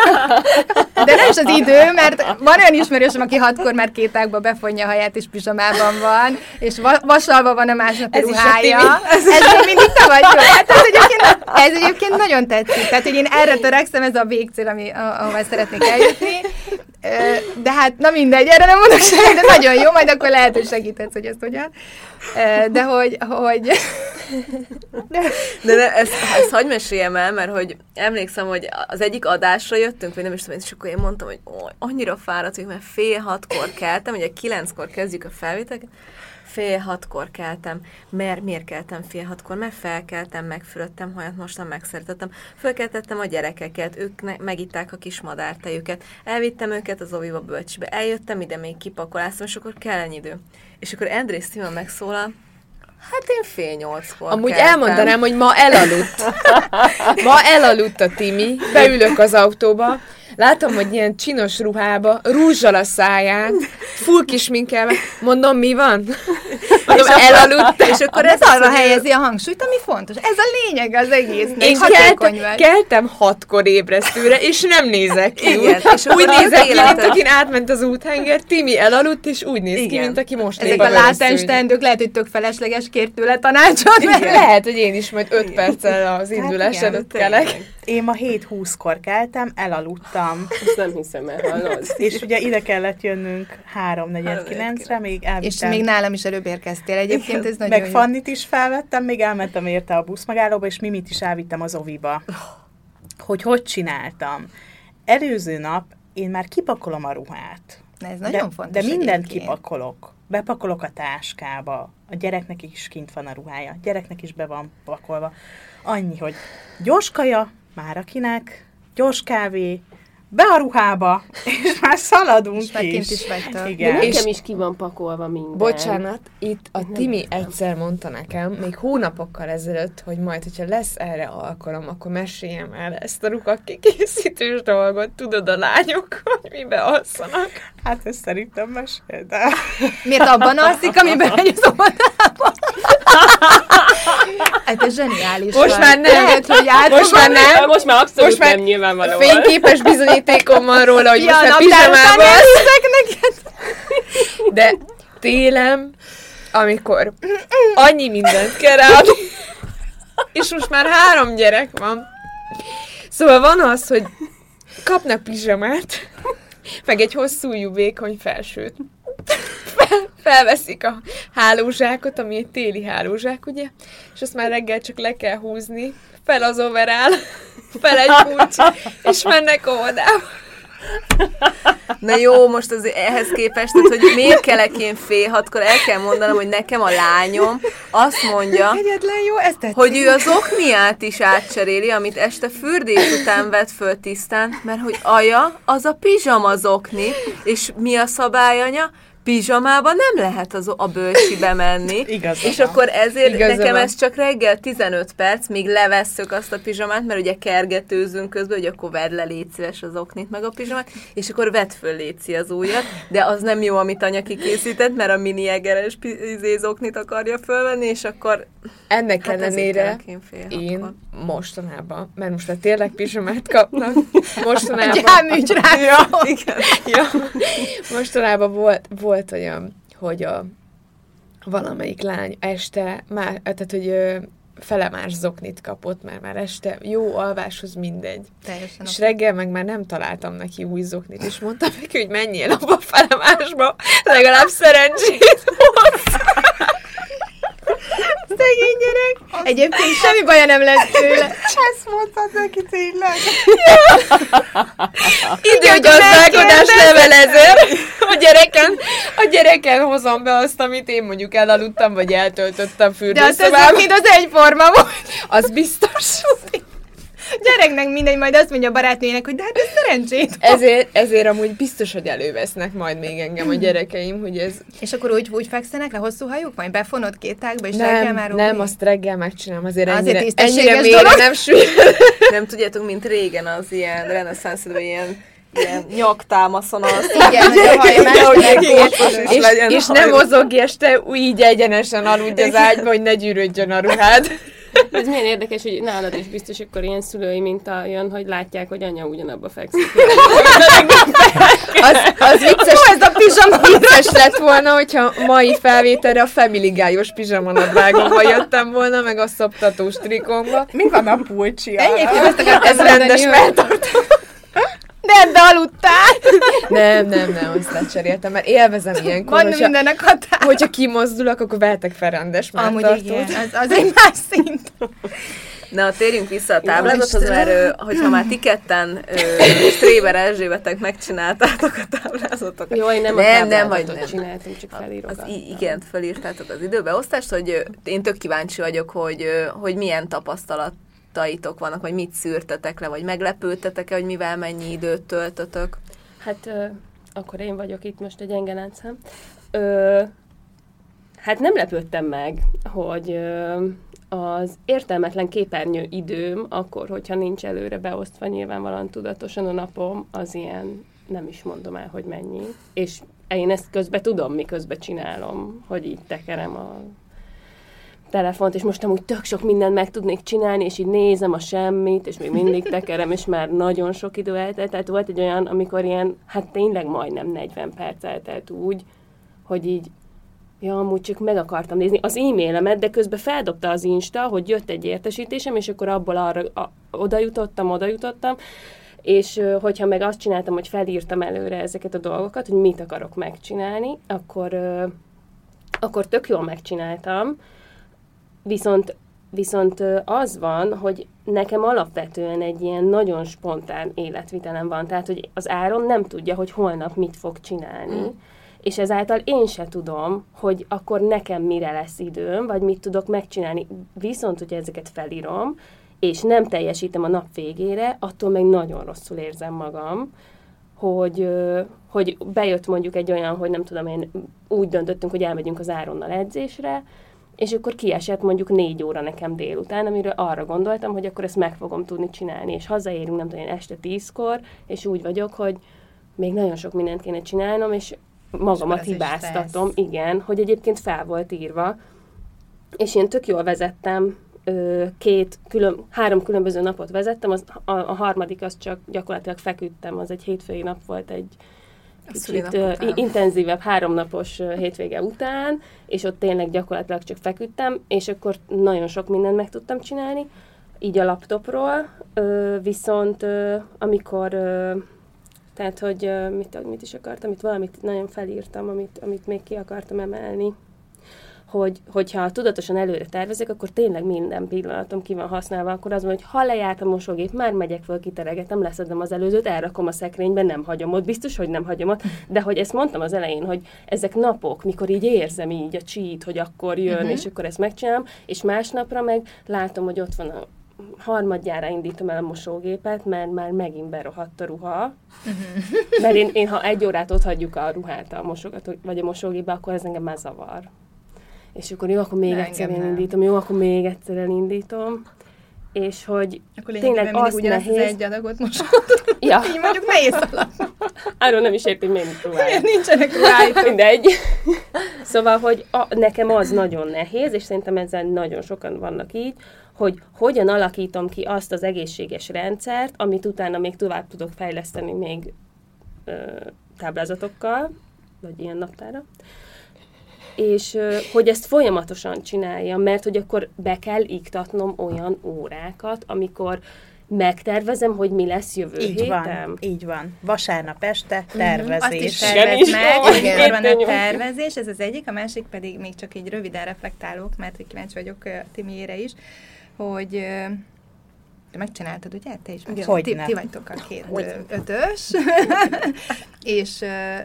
De nem is az idő, mert van olyan ismerősöm, aki hatkor már két ágba befonja a haját, és pizsamában van, és va- vasalva van a másnapi ruhája. Ez még mindig te vagy jó. Hát ez egyébként, ez egyébként nagyon tetszik. Tehát, hogy én erre törekszem, ez a végcél, ami, ahova szeretnék eljutni. De hát, na mindegy, erre nem mondok semmit, de nagyon jó, majd akkor lehet, hogy segíthetsz, hogy ezt hogyan. De hogy... hogy... De, de ezt, ezt hagyj meséljem el, mert hogy emlékszem, hogy az egyik adásra jöttünk, vagy nem is tudom, és akkor én mondtam, hogy ó, annyira fáradt vagyok, mert fél hatkor keltem, ugye kilenckor kezdjük a felvételeket, fél hatkor keltem. Mert miért keltem fél hatkor? Mert felkeltem, megfürödtem, hajat mostam, megszeretettem. Fölkeltettem a gyerekeket, ők ne- megitták a kis madártejüket. Elvittem őket az oviba bölcsibe. Eljöttem ide, még kipakoláztam, és akkor kell ennyi idő. És akkor Andrész Szima megszólal, hát én fél nyolckor Amúgy keltem. elmondanám, hogy ma elaludt. Ma elaludt a Timi, beülök az autóba, látom, hogy ilyen csinos ruhába, rúzsal a száján, full kis minkelve, mondom, mi van? Mondom, elaludt. És akkor ez arra helyezi a hangsúlyt, ami fontos. Ez a lényeg az egésznek. Én keltem, keltem hatkor ébresztőre, és nem nézek ki. Igen, és úgy nézek ki, mint akin átment az úthenger, Timi elaludt, és úgy néz igen. ki, mint aki most ezek a látens teendők, lehet, hogy tök felesleges, kért tőle tanácsot. Lehet, hogy én is majd öt perccel az indulás hát előtt kelek. Én ma hét húszkor keltem, elaludtam. Ezt nem hiszem el, hallod? És ugye ide kellett jönnünk három negyven kilencre, még elvittem. És még nálam is előbb érkeztél. elvesztél egyébként, ez nagyon Meg jó. Fannit is felvettem, még elmentem érte a buszmegállóba, és Mimit is elvittem az oviba. Hogy hogy csináltam. Előző nap én már kipakolom a ruhát. Na, ez nagyon de, fontos De mindent egyébként. kipakolok. Bepakolok a táskába. A gyereknek is kint van a ruhája. A gyereknek is be van pakolva. Annyi, hogy gyors kaja, már akinek, gyors kávé, be a ruhába, és már szaladunk És már is. kint is vagytok. Igen. De nekem És- is ki van pakolva minden. Bocsánat, itt a Timi egyszer mondta nekem, még hónapokkal ezelőtt, hogy majd, hogyha lesz erre alkalom, akkor meséljem el ezt a ruhakikészítős dolgot, tudod a lányok, hogy mibe alszanak. Hát ezt szerintem meséld el. Miért abban alszik, amiben megy az óvodába? Hát ez zseniális. Most vagy. már nem. Lehet, hogy átfogom. Most már nem. Most már abszolút Most már nem nyilvánvaló. Fényképes bizonyítékom van róla, hogy Ja, most már naptár után pizsamában. elhiszek neked. De télen, amikor annyi mindent kell ráadni, és most már három gyerek van. Szóval van az, hogy kapnak pizsamát, meg egy hosszújú vékony felsőt. Fel, felveszik a hálózsákot, ami egy téli hálózsák, ugye? És azt már reggel csak le kell húzni, fel az overall, fel egy kulcs, és mennek óvodába. Na jó, most az ehhez képest, tehát, hogy miért kelek én fél hatkor, el kell mondanom, hogy nekem a lányom azt mondja, Egyetlen jó, ezt tetszik. hogy ő az okniát is átcseréli, amit este fürdés után vett föl tisztán, mert hogy aja, az a pizsama zokni, és mi a szabályanya? Pizsamába nem lehet az, a bölcsibe menni. Igaza És van. akkor ezért Igaza nekem van. ez csak reggel tizenöt perc, míg levesszük azt a pizsamát, mert ugye kergetőzünk közben, hogy akkor vedd le, légy szíves az oknit meg a pizsamát, és akkor vedd föl, létszi az ujjat, de az nem jó, amit anya kikészített, mert a mini egeres oknit akarja fölvenni, és akkor Ennek hát ezért ellenére kelek én fél én hatkor. mostanában, mert most már tényleg pizsamát kapnak, mostanában, Gyámügyrá. Ja, igen. ja, mostanában volt, volt olyan, hogy a valamelyik lány este, már, tehát hogy ö, felemás zoknit kapott, mert már este jó alváshoz mindegy. Teljesen. És reggel meg már nem találtam neki új zoknit, és mondtam neki, hogy menjél abba a felemásba, legalább szerencsét hozz. Szegény gyerek. Egyébként semmi baja nem lesz tőle. Ezt mondtad neki tényleg. Időgazdálkodás levelezer. A gyereken, a gyereken hozom be azt, amit én mondjuk elaludtam, vagy eltöltöttem De azt fürdőszobában. hiszem, mind az egyforma volt. Az biztos. Gyereknek mindegy, majd azt mondja a barátnőjének, hogy de hát ez szerencsét. Ezért, ezért amúgy biztos, hogy elővesznek majd még engem a gyerekeim, hogy ez... És akkor úgy, úgy fekszenek le hosszú hajuk, majd befonod két ágba, és reggel Nem, már nem, úgy- azt reggel megcsinálom, azért Azért ennyire, tisztességes ennyire mélyre dolog. nem süllyed. Nem tudjátok, mint régen az ilyen reneszánszidőben ilyen, ilyen nyaktámaszon az. Igen, hogy a haj Nehogy más egy kócos is És, legyen és a nem haj. mozog este, így egyenesen aludj az ágyba, hogy ne gyűrődjön a ruhád. Ez milyen érdekes, hogy nálad is biztos, akkor ilyen szülői minta jön, hogy látják, hogy anya ugyanabba fekszik. Az, az vicces, ez a pizsama vicces lett volna, hogyha mai felvételre a Family Guy-os pizsamanadrágomba jöttem volna, meg a szoptatós trikómba. Mi van a pulcsival? Egyébként azt akartam Ez mondani, rendes hogy- feltartó. De ebbe aludtál! Nem, nem, nem, azt lecseréltem, mert élvezem ilyenkor, Van hogyha, mindennek határ. hogyha kimozdulok, akkor vehetek fel rendes Amúgy melltartót. igen, az, az egy más szint. Na, térjünk vissza a táblázathoz, Istenem. mert ö, hogyha már ti ketten ö, Stréber Erzsébetek megcsináltátok a táblázatokat. Jó, én nem, a nem, nem, táblázatot vagy nem. csináltam, csak Az, felírogattam. i- igen, felírtátok az időbeosztást, hogy ö, én tök kíváncsi vagyok, hogy, ö, hogy milyen tapasztalataitok vannak, vagy mit szűrtetek le, vagy meglepődtetek-e, hogy mivel mennyi időt töltötök. Hát ö, akkor én vagyok itt most a gyenge láncszám. Ö, hát nem lepődtem meg, hogy ö, az értelmetlen képernyő időm, akkor, hogyha nincs előre beosztva nyilvánvalóan tudatosan a napom, az ilyen, nem is mondom el, hogy mennyi. És én ezt közben tudom, miközben csinálom, hogy így tekerem a telefont, és most amúgy tök sok mindent meg tudnék csinálni, és így nézem a semmit, és még mindig tekerem, és már nagyon sok idő eltelt. Tehát volt egy olyan, amikor ilyen, hát tényleg majdnem negyven perc eltelt úgy, hogy így, ja, amúgy csak meg akartam nézni az e-mailemet, de közben feldobta az Insta, hogy jött egy értesítésem, és akkor abból arra, a, oda jutottam, oda jutottam, és ö, hogyha meg azt csináltam, hogy felírtam előre ezeket a dolgokat, hogy mit akarok megcsinálni, akkor... Ö, akkor tök jól megcsináltam, viszont, viszont az van, hogy nekem alapvetően egy ilyen nagyon spontán életvitelem van, tehát hogy az Áron nem tudja, hogy holnap mit fog csinálni, mm. és ezáltal én se tudom, hogy akkor nekem mire lesz időm, vagy mit tudok megcsinálni. Viszont, hogyha ezeket felírom, és nem teljesítem a nap végére, attól meg nagyon rosszul érzem magam, hogy, hogy bejött mondjuk egy olyan, hogy nem tudom én, úgy döntöttünk, hogy elmegyünk az Áronnal edzésre, és akkor kiesett mondjuk négy óra nekem délután, amiről arra gondoltam, hogy akkor ezt meg fogom tudni csinálni, és hazaérünk, nem tudom én, este tízkor, és úgy vagyok, hogy még nagyon sok mindent kéne csinálnom, és magamat hibáztatom, igen, hogy egyébként fel volt írva, és én tök jól vezettem, két, külön, három különböző napot vezettem, az, a, a harmadik az csak gyakorlatilag feküdtem, az egy hétfői nap volt, egy kicsit uh, intenzívebb háromnapos uh, hétvége után, és ott tényleg gyakorlatilag csak feküdtem, és akkor nagyon sok mindent meg tudtam csinálni, így a laptopról, uh, viszont uh, amikor, uh, tehát, hogy uh, mit, mit is akartam, itt valamit nagyon felírtam, amit, amit még ki akartam emelni, hogy, hogyha tudatosan előre tervezek, akkor tényleg minden pillanatom ki van használva, akkor az van, hogy ha lejárt a mosógép, már megyek föl, kiteregetem, leszedem az előzőt, elrakom a szekrénybe, nem hagyom ott, biztos, hogy nem hagyom ott, de hogy ezt mondtam az elején, hogy ezek napok, mikor így érzem így a cheat, hogy akkor jön, uh-huh. és akkor ezt megcsinálom, és másnapra meg látom, hogy ott van a harmadjára indítom el a mosógépet, mert már megint berohadt a ruha. Uh-huh. Mert én, én, ha egy órát ott hagyjuk a ruhát a mosogató, vagy a mosógépbe, akkor ez engem már zavar. És akkor jó, akkor még de egyszer elindítom, jó, akkor még egyszer elindítom, és hogy akkor tényleg az ugyanazt nehéz... az egy adagot moshatod. Ja. Így mondjuk nehéz alatt. Arról nem is érti, hogy miért próbálják. Nincsenek ruháit. Mindegy. Szóval, hogy a, nekem az nagyon nehéz, és szerintem ezzel nagyon sokan vannak így, hogy hogyan alakítom ki azt az egészséges rendszert, amit utána még tovább tudok fejleszteni még ö, táblázatokkal, vagy ilyen naptára, és hogy ezt folyamatosan csináljam, mert hogy akkor be kell iktatnom olyan órákat, amikor megtervezem, hogy mi lesz jövő így héten. Van, így van. Vasárnap este tervezés. Azt is tervez meg, igen, van a tervezés, ez az egyik, a másik pedig még csak így röviden reflektálok, mert hogy kíváncsi vagyok Timiére is, hogy te megcsináltad, ugye? Te is megcsináltad. Ti, ti vagytok a két ötös. És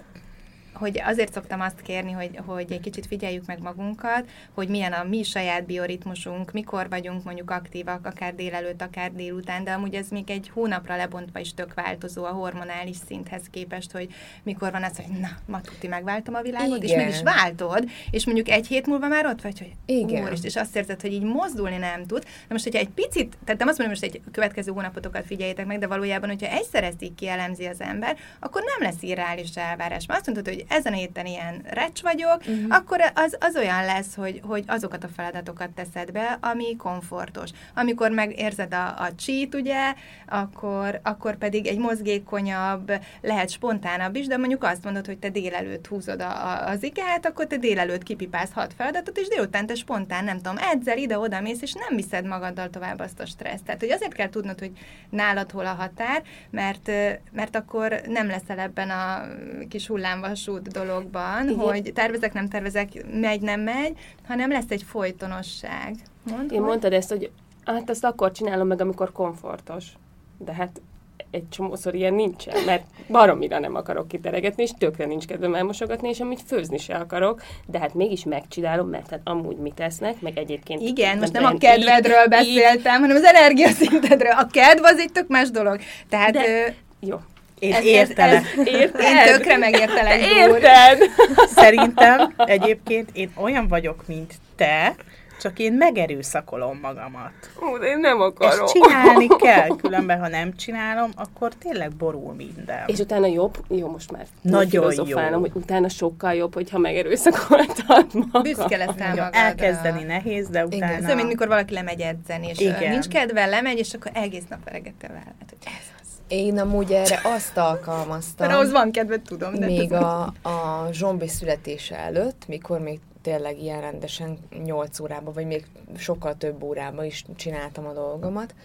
hogy azért szoktam azt kérni, hogy, hogy egy kicsit figyeljük meg magunkat, hogy milyen a mi saját bioritmusunk, mikor vagyunk mondjuk aktívak, akár délelőtt, akár délután, de amúgy ez még egy hónapra lebontva is tök változó a hormonális szinthez képest, hogy mikor van az, hogy na, ma tuti megváltom a világot, igen. És mégis váltod, és mondjuk egy hét múlva már ott vagy, hogy igen. Úristen, és azt érzed, hogy így mozdulni nem tud. Na most, hogyha egy picit, tehát nem azt mondom, hogy most egy következő hónapotokat figyeljétek meg, de valójában, hogyha egyszer ezt így kielemzi az ember, akkor nem lesz irreális elvárás. Mert azt mondod, hogy ezen a héten ilyen recs vagyok, uh-huh. akkor az, az olyan lesz, hogy, hogy azokat a feladatokat teszed be, ami komfortos. Amikor megérzed a, a cheat, ugye, akkor, akkor pedig egy mozgékonyabb, lehet spontánabb is, de mondjuk azt mondod, hogy te délelőtt húzod a, a, az igát, akkor te délelőtt kipipálsz hat feladatot, és délután te spontán, nem tudom, edzel, ide-oda mész, és nem viszed magaddal tovább azt a stresszt. Tehát, hogy azért kell tudnod, hogy nálad hol a határ, mert, mert akkor nem leszel ebben a kis hullámvasút dologban, igen. Hogy tervezek, nem tervezek, megy, nem megy, hanem lesz egy folytonosság. Mondd, Én hogy? Mondtad ezt, hogy hát azt akkor csinálom meg, amikor komfortos. De hát egy csomószor ilyen nincsen, mert baromira nem akarok kiteregetni, és tökre nincs kedvem elmosogatni, és amit főzni se akarok, de hát mégis megcsinálom, mert hát amúgy mit tesznek, meg egyébként... Igen, most nem a kedvedről így, beszéltem, így. hanem az energiaszintedről. A kedv az egy tök más dolog. Tehát... De, ö, jó. Én ez, értelek. Ez, ez, érted? Én tökre megértelek. Érted? Szerintem egyébként én olyan vagyok, mint te, csak én megerőszakolom magamat. Ó, de én nem akarom. És csinálni kell, különben ha nem csinálom, akkor tényleg borul minden. És utána jobb? Jó, most már nagyon jó. hogy utána sokkal jobb, hogyha megerőszakoltad magad. Büszke leszel magadra. Elkezdeni nehéz, de utána... Igen. Szóval, mint mikor valaki lemegy edzeni, és igen. nincs kedve, lemegy, és akkor egész nap veregette a vállát, hogy ez az. Én amúgy erre azt alkalmaztam. Mert ahhoz van kedvet, tudom. De még a, a Zsombi születése előtt, mikor még tényleg ilyen rendesen nyolc órában, vagy még sokkal több órában is csináltam a dolgomat,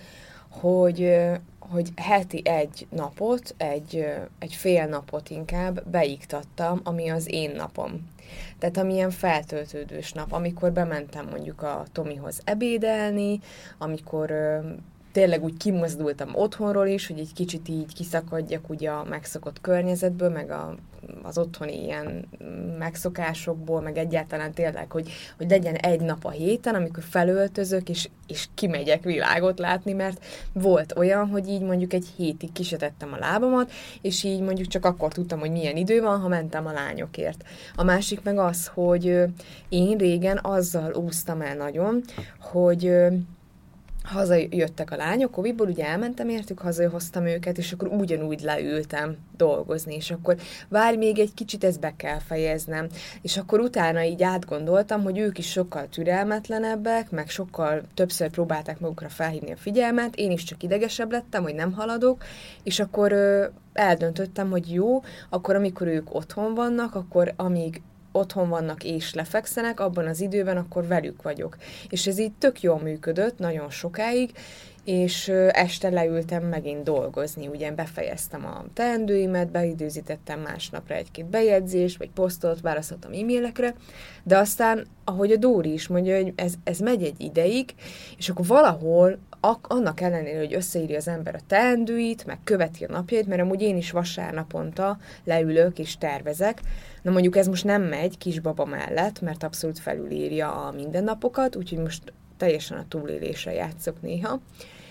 hogy, hogy heti egy napot, egy, egy fél napot inkább beiktattam, ami az én napom. Tehát amilyen feltöltődős nap, amikor bementem mondjuk a Tomihoz ebédelni, amikor tényleg úgy kimozdultam otthonról is, hogy egy kicsit így kiszakadjak ugye a megszokott környezetből, meg a, az otthoni ilyen megszokásokból, meg egyáltalán tényleg, hogy, hogy legyen egy nap a héten, amikor felöltözök, és, és kimegyek világot látni, mert volt olyan, hogy így mondjuk egy hétig kisetettem a lábamat, és így mondjuk csak akkor tudtam, hogy milyen idő van, ha mentem a lányokért. A másik meg az, hogy én régen azzal úsztam el nagyon, hogy hazajöttek a lányok, Koviból, ugye elmentem értük, hazahoztam őket, és akkor ugyanúgy leültem dolgozni, és akkor várj még egy kicsit, ezt be kell fejeznem. És akkor utána így átgondoltam, hogy ők is sokkal türelmetlenebbek, meg sokkal többször próbálták magukra felhívni a figyelmet, én is csak idegesebb lettem, hogy nem haladok, és akkor ö, eldöntöttem, hogy jó, akkor amikor ők otthon vannak, akkor amíg otthon vannak és lefekszenek, abban az időben akkor velük vagyok. És ez így tök jól működött, nagyon sokáig, és este leültem megint dolgozni. Ugye befejeztem a teendőimet, beidőzítettem másnapra egy-két bejegyzés, vagy posztot, válaszoltam e-mailekre, de aztán, ahogy a Dóri is mondja, hogy ez, ez megy egy ideig, és akkor valahol annak ellenére, hogy összeírja az ember a teendőit, meg követi a napjait, mert amúgy én is vasárnaponta leülök és tervezek. Na mondjuk ez most nem megy kisbaba mellett, mert abszolút felülírja a mindennapokat, úgyhogy most teljesen a túlélésre játszok néha.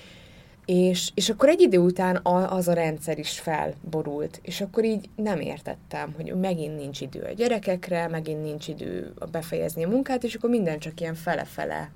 És, és akkor egy idő után a, az a rendszer is felborult, és akkor így nem értettem, hogy megint nincs idő a gyerekekre, megint nincs idő befejezni a munkát, és akkor minden csak ilyen fele-fele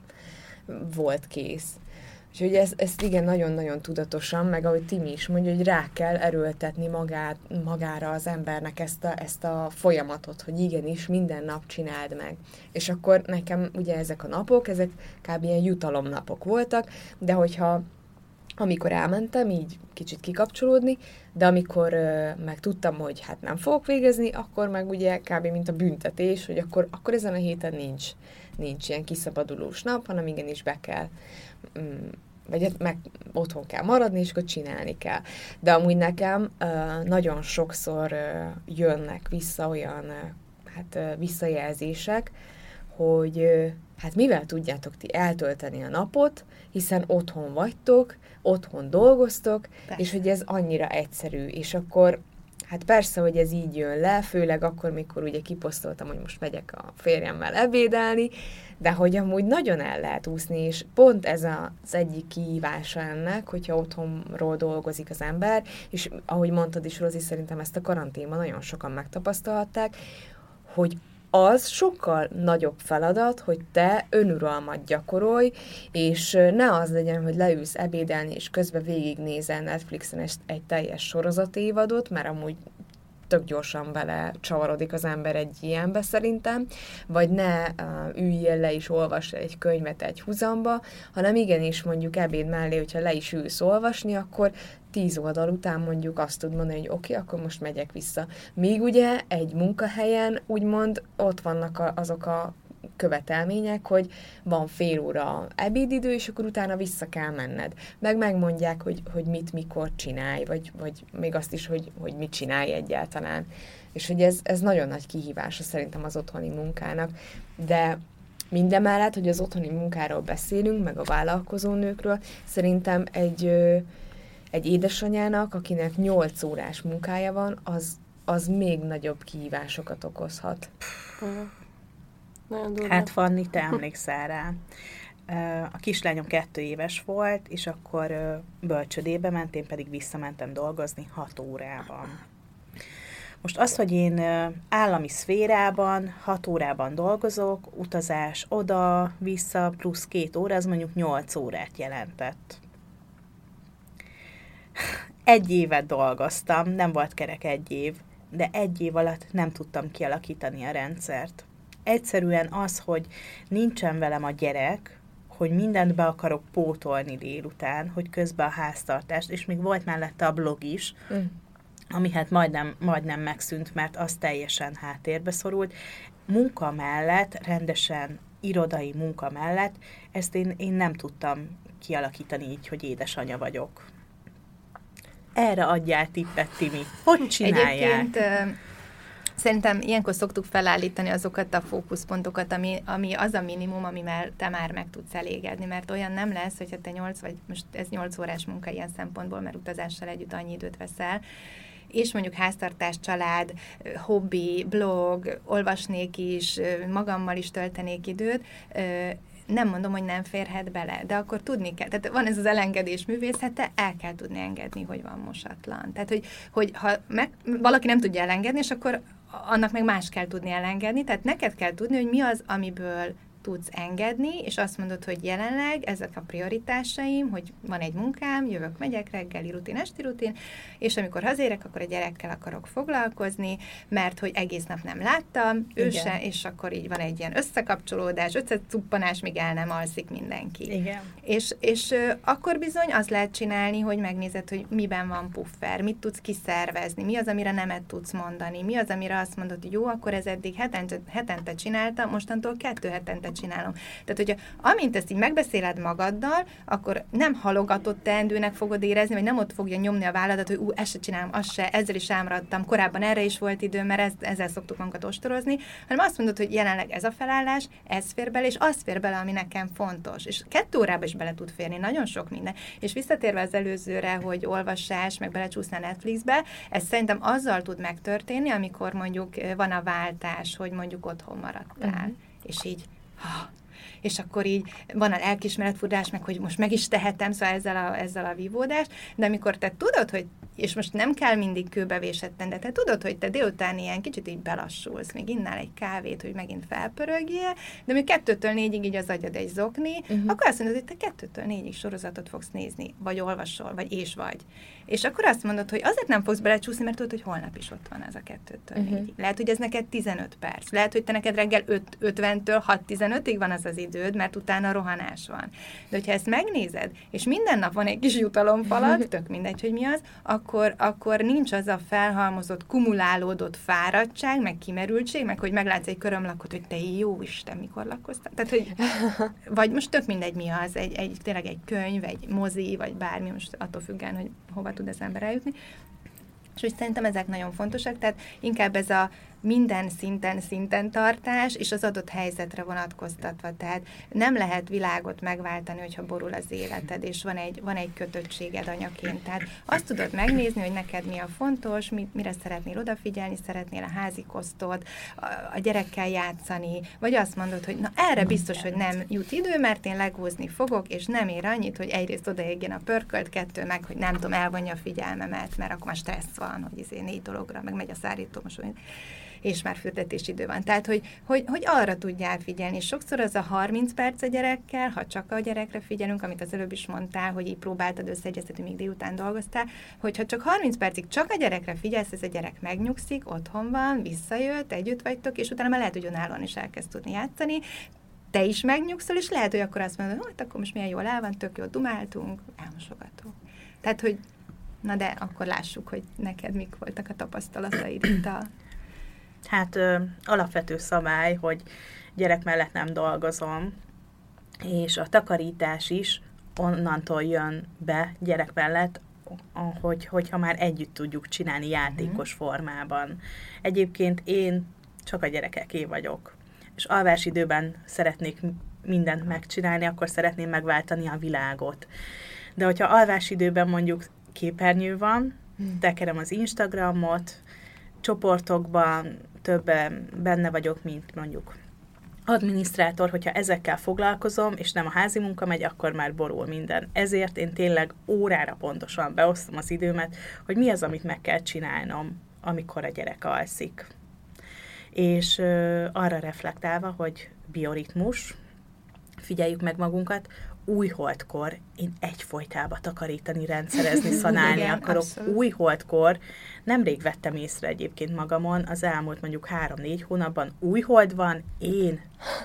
volt kész. Úgyhogy ez, ezt igen, nagyon-nagyon tudatosan, meg ahogy Timi is mondja, hogy rá kell erőltetni magát, magára az embernek ezt a, ezt a folyamatot, hogy igenis minden nap csináld meg. És akkor nekem ugye ezek a napok, ezek kb. Ilyen jutalomnapok voltak, de hogyha amikor elmentem, így kicsit kikapcsolódni, de amikor ö, meg tudtam, hogy hát nem fogok végezni, akkor meg ugye kb. Mint a büntetés, hogy akkor, akkor ezen a héten nincs, nincs ilyen kiszabadulós nap, hanem igenis be kell, mm, vagy meg otthon kell maradni, és akkor csinálni kell. De amúgy nekem ö, nagyon sokszor ö, jönnek vissza olyan ö, hát, ö, visszajelzések, hogy ö, hát mivel tudjátok ti eltölteni a napot, hiszen otthon vagytok, otthon dolgoztok, persze. És hogy ez annyira egyszerű, és akkor hát persze, hogy ez így jön le, főleg akkor, mikor ugye kiposztoltam, hogy most megyek a férjemmel ebédelni, de hogy amúgy nagyon el lehet úszni, és pont ez az egyik kihívása ennek, hogyha otthonról dolgozik az ember, és ahogy mondtad is, Rozi, szerintem ezt a karanténban nagyon sokan megtapasztalhatták, hogy az sokkal nagyobb feladat, hogy te önuralmat gyakorolj, és ne az legyen, hogy leülsz ebédelni, és közben végignézel Netflixen egy teljes sorozatévadot, mert amúgy tök gyorsan bele csavarodik az ember egy ilyenbe szerintem, vagy ne uh, üljél le és olvasd egy könyvet egy huzamba, hanem igenis mondjuk ebéd mellé, hogyha le is ülsz olvasni, akkor tíz oldal után mondjuk azt tud mondani, hogy oké, okay, akkor most megyek vissza. Míg ugye egy munkahelyen úgymond ott vannak a, azok a követelmények, hogy van fél óra ebédidő, és akkor utána vissza kell menned. Meg megmondják, hogy, hogy mit, mikor csinálj, vagy, vagy még azt is, hogy, hogy mit csinálj egyáltalán. És hogy ez, ez nagyon nagy kihívása szerintem az otthoni munkának. De mindemellett, hogy az otthoni munkáról beszélünk, meg a vállalkozó nőkről, szerintem egy, egy édesanyának, akinek nyolc órás munkája van, az, az még nagyobb kihívásokat okozhat. Hát Fanni, te emlékszel rá. A kislányom kettő éves volt, és akkor bölcsödébe ment, én pedig visszamentem dolgozni hat órában. Most az, hogy én állami szférában hat órában dolgozok, utazás oda, vissza, plusz két óra, az mondjuk nyolc órát jelentett. Egy évet dolgoztam, nem volt kerek egy év, de egy év alatt nem tudtam kialakítani a rendszert. Egyszerűen az, hogy nincsen velem a gyerek, hogy mindent be akarok pótolni délután, hogy közben a háztartást, és még volt mellette a blog is, mm. ami hát majdnem, majdnem megszűnt, mert az teljesen háttérbe szorult. Munka mellett, rendesen irodai munka mellett, ezt én, én nem tudtam kialakítani így, hogy édesanyja vagyok. Erre adjál tippet, Timi. Hogy csinálják? Egyébként szerintem ilyenkor szoktuk felállítani azokat a fókuszpontokat, ami, ami az a minimum, amivel te már meg tudsz elégedni, mert olyan nem lesz, hogyha te nyolc, vagy most ez nyolc órás munka ilyen szempontból, mert utazással együtt annyi időt veszel, és mondjuk háztartás, család, hobbi, blog, olvasnék is, magammal is töltenék időt, nem mondom, hogy nem férhet bele, de akkor tudni kell. Tehát van ez az elengedés művészete, el kell tudni engedni, hogy van mosatlan. Tehát, hogy, hogy ha meg, valaki nem tudja elengedni, és akkor annak meg más kell tudni elengedni, tehát neked kell tudni, hogy mi az, amiből tudsz engedni, és azt mondod, hogy jelenleg ezek a prioritásaim, hogy van egy munkám, jövök, megyek, reggeli rutin, esti rutin, és amikor hazérek, akkor a gyerekkel akarok foglalkozni, mert hogy egész nap nem láttam, ő se, és akkor így van egy ilyen összekapcsolódás, összecuppanás, míg el nem alszik mindenki. Igen. És, és ö, akkor bizony azt lehet csinálni, hogy megnézed, hogy miben van puffer, mit tudsz kiszervezni, mi az, amire nemet tudsz mondani, mi az, amire azt mondod, hogy jó, akkor ez eddig hetente, hetente csináltam, mostantól kettő hetente csinálom. Tehát, hogyha amint ezt így megbeszéled magaddal, akkor nem halogatott teendőnek fogod érezni, vagy nem ott fogja nyomni a válladat, hogy ú, ezt se csinálom, azt se, ezzel is elmaradtam, korábban erre is volt időm, mert ez, ezzel szoktuk magunkat ostorozni, hanem azt mondod, hogy jelenleg ez a felállás, ez fér bele, és az fér bele, ami nekem fontos. És kettő órába is bele tud férni, nagyon sok minden. És visszatérve az előzőre, hogy olvasás, meg belecsúsznál Netflixbe, ez szerintem azzal tud megtörténni, amikor mondjuk van a váltás, hogy mondjuk otthon maradtál. Uh-huh. És így és akkor így van a lelkiismeretfurdás, meg hogy most meg is tehetem, szóval ezzel a, ezzel a vívódás, de amikor te tudod, hogy, és most nem kell mindig kőbevésetten, de te tudod, hogy te délután ilyen kicsit így belassulsz, még innál egy kávét, hogy megint felpörögjél, de még kettőtől négyig így az agyad egy zokni, uh-huh. akkor azt mondod, hogy te kettőtől négyig sorozatot fogsz nézni, vagy olvasol, vagy és vagy. És akkor azt mondod, hogy azért nem fogsz belecsúszni, mert tudod, hogy holnap is ott van ez a kettőtől uh-huh. négyig. Lehet, hogy ez neked tizenöt perc. Lehet, hogy te neked reggel ötventől hat tizenötig van az az időd, mert utána rohanás van. De hogyha ezt megnézed, és minden nap van egy kis jutalomfalat, tök mindegy, hogy mi az, akkor, akkor nincs az a felhalmozott, kumulálódott fáradtság, meg kimerültség, meg hogy meglátsz egy körömlakot, hogy te jó Isten, mikor lakoztál. Tehát, hogy vagy most tök mindegy, mi az, egy, egy, tényleg egy könyv, egy mozi, vagy bármi, most attól függően, hogy hova tud az ember eljutni. És úgy szerintem ezek nagyon fontosak, tehát inkább ez a minden szinten szinten tartás, és az adott helyzetre vonatkoztatva. Tehát nem lehet világot megváltani, hogyha borul az életed, és van egy, van egy kötöttséged anyaként. Tehát azt tudod megnézni, hogy neked mi a fontos, mit, mire szeretnél odafigyelni, szeretnél a házikosztot, a, a gyerekkel játszani, vagy azt mondod, hogy na erre biztos, hogy nem jut idő, mert én legózni fogok, és nem ér annyit, hogy egyrészt odaégjen a pörkölt, kettő meg, hogy nem tudom, elvonja a figyelmemet, mert akkor már stressz van, hogy izé négy dologra, meg megy a szárító mosó, és már fürdetés idő van. Tehát, hogy, hogy, hogy arra tudjál figyelni. És sokszor az a harminc perc a gyerekkel, ha csak a gyerekre figyelünk, amit az előbb is mondtál, hogy így próbáltad összeegyeztetni, míg délután dolgoztál, hogyha csak harminc percig csak a gyerekre figyelsz, ez a gyerek megnyugszik, otthon van, visszajött, együtt vagytok, és utána már lehet, hogy önállóan is elkezd tudni játszani, te is megnyugszol, és lehet, hogy akkor azt mondod, hogy akkor most milyen jól el van, tök jól dumáltunk, elmosogatunk. Tehát, hogy na de akkor lássuk, hogy neked mik voltak a tapasztalataid itt a Hát ö, alapvető szabály, hogy gyerek mellett nem dolgozom, és a takarítás is onnantól jön be gyerek mellett, hogy, hogyha már együtt tudjuk csinálni játékos formában. Egyébként én csak a gyerekeké vagyok, és alvásidőben szeretnék mindent megcsinálni, akkor szeretném megváltani a világot. De hogyha alvásidőben mondjuk képernyő van, tekerem az Instagramot, csoportokban többen benne vagyok, mint mondjuk adminisztrátor, hogyha ezekkel foglalkozom, és nem a házi munka megy, akkor már borul minden. Ezért én tényleg órára pontosan beosztom az időmet, hogy mi az, amit meg kell csinálnom, amikor a gyerek alszik. És ö, arra reflektálva, hogy bioritmus, figyeljük meg magunkat, újholdkor én egyfolytában takarítani, rendszerezni, szanálni Igen, akarok. abszolút. Újholdkor nemrég vettem észre egyébként magamon, az elmúlt mondjuk három-négy hónapban újhold van, én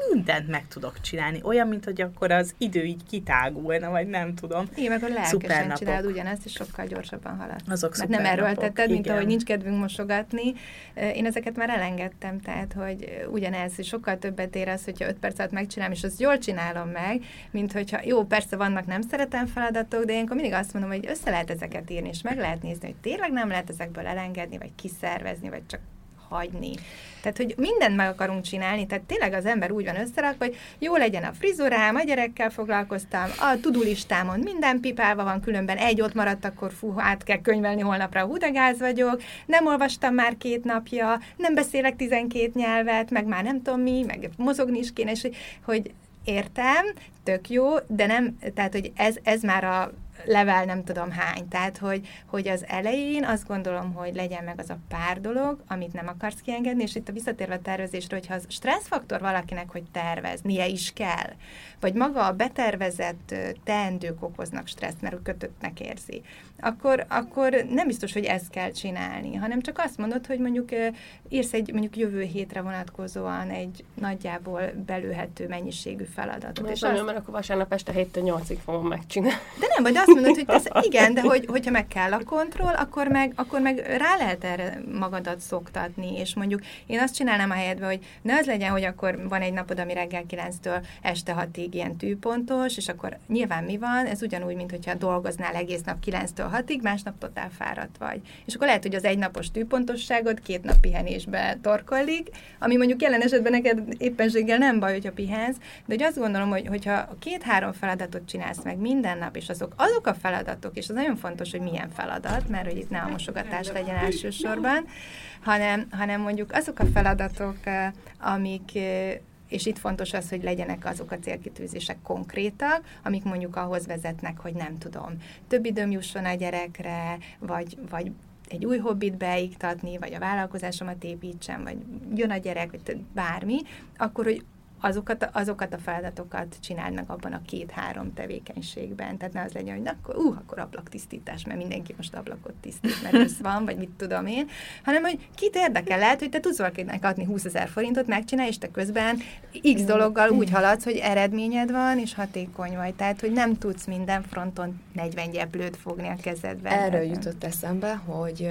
mindent meg tudok csinálni. Olyan, mint hogy akkor az idő így kitágulna, vagy nem tudom. Igen, meg a lelkesen csinálod ugyanezt, és sokkal gyorsabban haladsz. Azok mert nem erőlteted, mint igen. ahogy nincs kedvünk mosogatni. Én ezeket már elengedtem, tehát, hogy ugyanez, sokkal többet ér az, hogyha öt perc alatt megcsinálom, és azt jól csinálom meg, mint hogyha, jó, persze vannak nem szeretem feladatok, de én akkor mindig azt mondom, hogy össze lehet ezeket írni, és meg lehet nézni, hogy tényleg nem lehet ezekből elengedni, vagy kiszervezni, vagy csak hagyni. Tehát, hogy mindent meg akarunk csinálni, tehát tényleg az ember úgy van összerakva, hogy jó legyen a frizurám, a gyerekkel foglalkoztam, a tudulistámon minden pipálva van, különben egy ott maradt, akkor fú, át kell könyvelni holnapra, hú, de gáz vagyok, nem olvastam már két napja, nem beszélek tizenkét nyelvet, meg már nem tudom mi, meg mozogni is kéne, és hogy, hogy értem, tök jó, de nem, tehát, hogy ez, ez már a level nem tudom hány. Tehát, hogy, hogy az elején azt gondolom, hogy legyen meg az a pár dolog, amit nem akarsz kiengedni, és itt a visszatérve a tervezésre, hogyha az stresszfaktor valakinek, hogy terveznie is kell, vagy maga a betervezett teendők okoznak stresszt, mert kötöttnek érzi, akkor, akkor nem biztos, hogy ezt kell csinálni, hanem csak azt mondod, hogy mondjuk írsz egy mondjuk jövő hétre vonatkozóan egy nagyjából belőhető mennyiségű feladatot. És nagyon, mert akkor vasárnap este héttől nyolcig fogom megcsinálni. De nem, vagy azt mondod, hogy ez igen, de hogy, hogyha meg kell a kontroll, akkor meg, akkor meg rá lehet erre magadat szoktatni, és mondjuk én azt csinálnám a helyedbe, hogy ne az legyen, hogy akkor van egy napod, ami reggel kilenctől este hatig ilyen tűpontos, és akkor nyilván mi van, ez ugyanúgy, mint hogyha dolgoznál egész nap kilenctől hatig, másnap totál fáradt vagy. És akkor lehet, hogy az egynapos tűpontosságod két nap pihenésbe torkollik, ami mondjuk jelen esetben neked éppenséggel nem baj, hogyha pihensz, de hogy azt gondolom, hogy hogyha két-három feladatot csinálsz meg minden nap, és azok, azok a feladatok, és az nagyon fontos, hogy milyen feladat, mert hogy itt ne a mosogatás legyen elsősorban, hanem, hanem mondjuk azok a feladatok, amik, és itt fontos az, hogy legyenek azok a célkitűzések konkrétak, amik mondjuk ahhoz vezetnek, hogy nem tudom, több időm jusson a gyerekre, vagy, vagy egy új hobbit beiktatni, vagy a vállalkozásomat építsem, vagy jön a gyerek, vagy bármi, akkor, hogy azokat, azokat a feladatokat csináld meg abban a két-három tevékenységben. Tehát ne az legyen, hogy na, akkor, uh, akkor ablaktisztítás, mert mindenki most ablakot tisztít, mert ősz van, vagy mit tudom én, hanem, hogy kit érdekel, lehet, hogy te tudsz valakinek adni húszezer forintot, megcsinálj, és te közben X dologgal úgy haladsz, hogy eredményed van, és hatékony vagy. Tehát, hogy nem tudsz minden fronton negyven gyeplőt fogni a kezedben. Erről jutott eszembe, hogy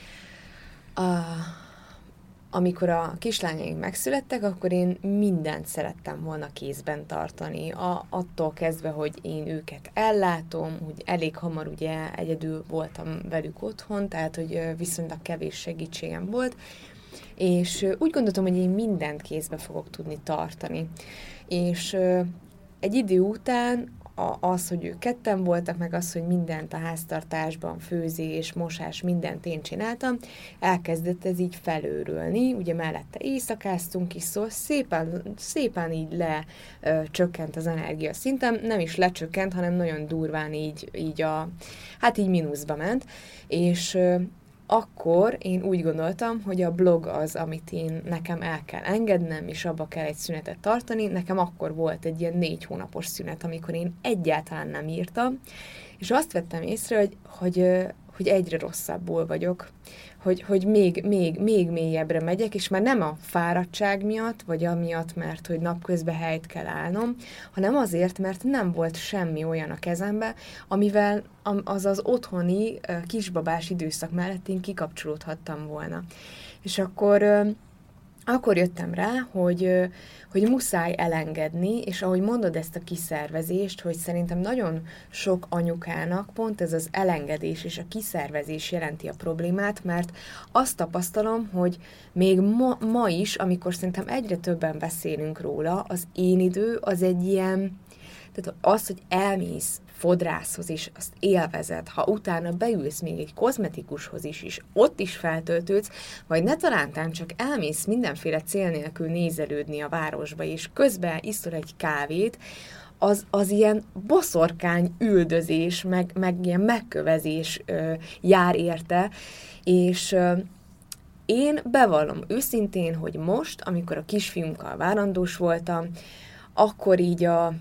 a amikor a kislányaink megszülettek, akkor én mindent szerettem volna kézben tartani. A, attól kezdve, hogy én őket ellátom, hogy elég hamar ugye egyedül voltam velük otthon, tehát hogy viszonylag kevés segítségem volt, és úgy gondoltam, hogy én mindent kézbe fogok tudni tartani. És egy idő után az, hogy ők ketten voltak, meg az, hogy mindent a háztartásban, főzés, mosás, mindent én csináltam, elkezdett ez így felőrölni, ugye mellette éjszakáztunk is, szóval szépen, szépen így lecsökkent az energia szintem, nem is lecsökkent, hanem nagyon durván így, így a, hát így mínuszba ment, és ö, akkor én úgy gondoltam, hogy a blog az, amit én nekem el kell engednem, és abba kell egy szünetet tartani. Nekem akkor volt egy ilyen négy hónapos szünet, amikor én egyáltalán nem írtam, és azt vettem észre, hogy, hogy, hogy egyre rosszabbul vagyok, hogy, hogy még, még, még mélyebbre megyek, és már nem a fáradtság miatt, vagy amiatt, mert hogy napközben helyt kell állnom, hanem azért, mert nem volt semmi olyan a kezembe, amivel az az otthoni kisbabás időszak mellett én kikapcsolódhattam volna. És akkor... Akkor jöttem rá, hogy, hogy muszáj elengedni, és ahogy mondod ezt a kiszervezést, hogy szerintem nagyon sok anyukának pont ez az elengedés és a kiszervezés jelenti a problémát, mert azt tapasztalom, hogy még ma, ma is, amikor szerintem egyre többen beszélünk róla, az én idő az egy ilyen, tehát az, hogy elmész fodrászhoz, és azt élvezed, ha utána beülsz még egy kozmetikushoz is, és ott is feltöltődsz, vagy ne talántán csak elmész mindenféle cél nélkül nézelődni a városba, és közben iszol egy kávét, az, az ilyen boszorkány üldözés, meg, meg ilyen megkövezés ö, jár érte, és ö, én bevallom őszintén, hogy most, amikor a kisfiunkkal várandós voltam, akkor így a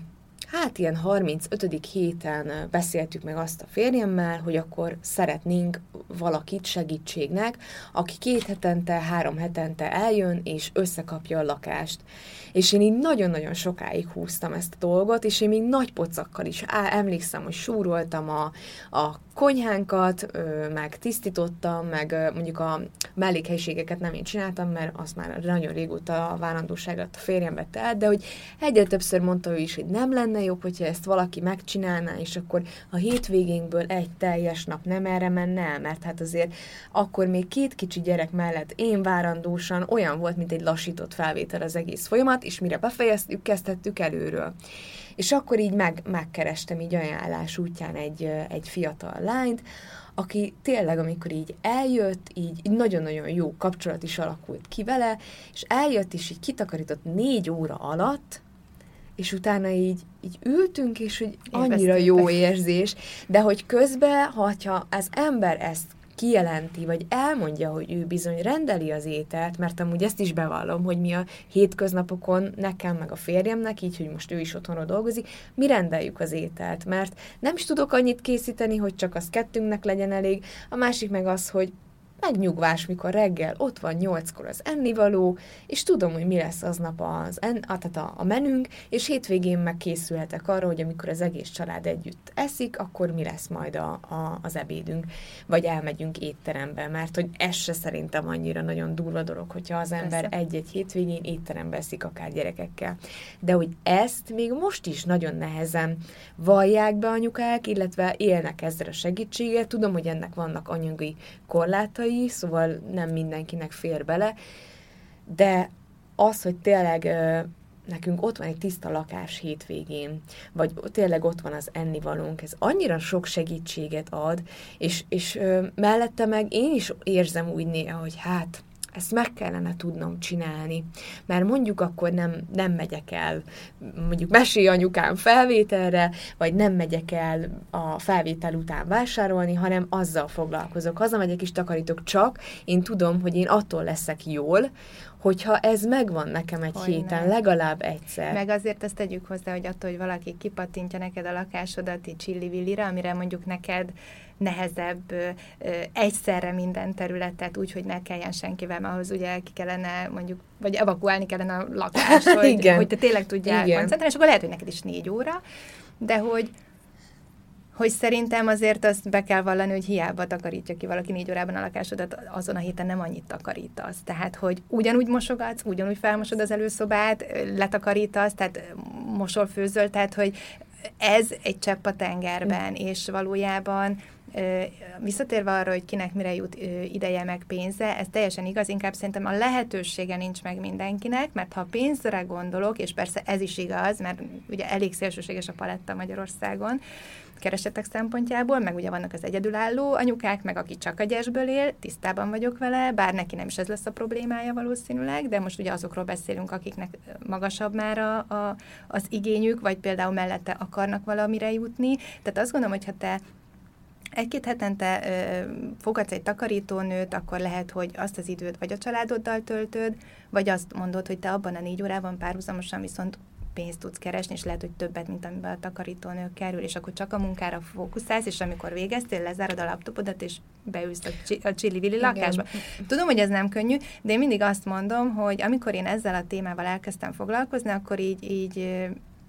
hát ilyen harmincötödik héten beszéltük meg azt a férjemmel, hogy akkor szeretnénk valakit segítségnek, aki két hetente, három hetente eljön, és összekapja a lakást. És én így nagyon-nagyon sokáig húztam ezt a dolgot, és én még nagy pocakkal is á, emlékszem, hogy súroltam a, a konyhánkat, ö, meg tisztítottam, meg ö, mondjuk a mellékhelyiségeket nem én csináltam, mert az már nagyon régóta a várandóságot a férjem vette el, de hogy egyre többször mondta ő is, hogy nem lenne jobb, hogyha ezt valaki megcsinálná, és akkor a hétvégénkből egy teljes nap nem erre menne el, mert hát azért akkor még két kicsi gyerek mellett én várandósan olyan volt, mint egy lassított felvétel az egész folyamat, és mire befejeztük, kezdhettük előről. És akkor így meg, megkerestem így ajánlás útján egy, egy fiatal lányt, aki tényleg, amikor így eljött, így nagyon-nagyon jó kapcsolat is alakult ki vele, és eljött, és így kitakarított négy óra alatt, és utána így, így ültünk, és hogy annyira jó érzés, de hogy közben, ha az ember ezt kijelenti, vagy elmondja, hogy ő bizony rendeli az ételt, mert amúgy ezt is bevallom, hogy mi a hétköznapokon nekem, meg a férjemnek, így, hogy most ő is otthonról dolgozik, mi rendeljük az ételt, mert nem is tudok annyit készíteni, hogy csak az kettőnknek legyen elég, a másik meg az, hogy megnyugvás, mikor reggel ott van nyolckor az ennivaló, és tudom, hogy mi lesz aznap az en, a, tehát a, a menünk, és hétvégén meg készülhetek arra, hogy amikor az egész család együtt eszik, akkor mi lesz majd a, a, az ebédünk, vagy elmegyünk étterembe, mert hogy ez se szerintem annyira nagyon durva dolog, hogyha az ember Persze. egy-egy hétvégén étterembe eszik, akár gyerekekkel. De hogy ezt még most is nagyon nehezen vallják be anyukák, illetve élnek ezzel a segítséggel. Tudom, hogy ennek vannak anyagi korlátai, szóval nem mindenkinek fér bele, de az, hogy tényleg ö, nekünk ott van egy tiszta lakás hétvégén, vagy tényleg ott van az ennivalónk, ez annyira sok segítséget ad, és, és ö, mellette meg én is érzem úgy néha, hogy hát ezt meg kellene tudnom csinálni, mert mondjuk akkor nem, nem megyek el, mondjuk mesélj anyukám felvételre, vagy nem megyek el a felvétel után vásárolni, hanem azzal foglalkozok. Hazamegyek és takarítok, csak én tudom, hogy én attól leszek jól, hogyha ez megvan nekem egy hogy héten, nem. legalább egyszer. Meg azért ezt tegyük hozzá, hogy attól, hogy valaki kipattintja neked a lakásodat így csilli-villire, amire mondjuk neked nehezebb ö, ö, egyszerre minden területet, úgy, hogy ne kelljen senkivel, mert ahhoz ugye ki kellene mondjuk, vagy evakuálni kellene a lakást, hogy, hogy te tényleg tudjál koncentrálni, és akkor lehet, hogy neked is négy óra, de hogy hogy szerintem azért azt be kell vallani, hogy hiába takarítja ki valaki négy órában a lakásodat, azon a héten nem annyit takarítasz. Tehát, hogy ugyanúgy mosogatsz, ugyanúgy felmosod az előszobát, letakarítasz, tehát mosol, főzöl, tehát, hogy ez egy csepp a tengerben, mm. és valójában visszatérve arra, hogy kinek mire jut ideje meg pénze, ez teljesen igaz, inkább szerintem a lehetősége nincs meg mindenkinek, mert ha pénzre gondolok, és persze ez is igaz, mert ugye elég szélsőséges a paletta Magyarországon, keresetek szempontjából, meg ugye vannak az egyedülálló anyukák, meg aki csak a gyesből él, tisztában vagyok vele, bár neki nem is ez lesz a problémája valószínűleg, de most ugye azokról beszélünk, akiknek magasabb már a, a, az igényük, vagy például mellette akarnak valamire jutni. Tehát azt gondolom, hogy ha te egy-két hetente ö, fogadsz egy takarítónőt, akkor lehet, hogy azt az időt vagy a családoddal töltöd, vagy azt mondod, hogy te abban a négy órában párhuzamosan viszont pénzt tudsz keresni, és lehet, hogy többet, mint amiben a takarítónő kerül, és akkor csak a munkára fókuszálsz, és amikor végeztél, lezárod a laptopodat, és beülsz a, csi- a csilli-villi lakásba. Tudom, hogy ez nem könnyű, de én mindig azt mondom, hogy amikor én ezzel a témával elkezdtem foglalkozni, akkor így, így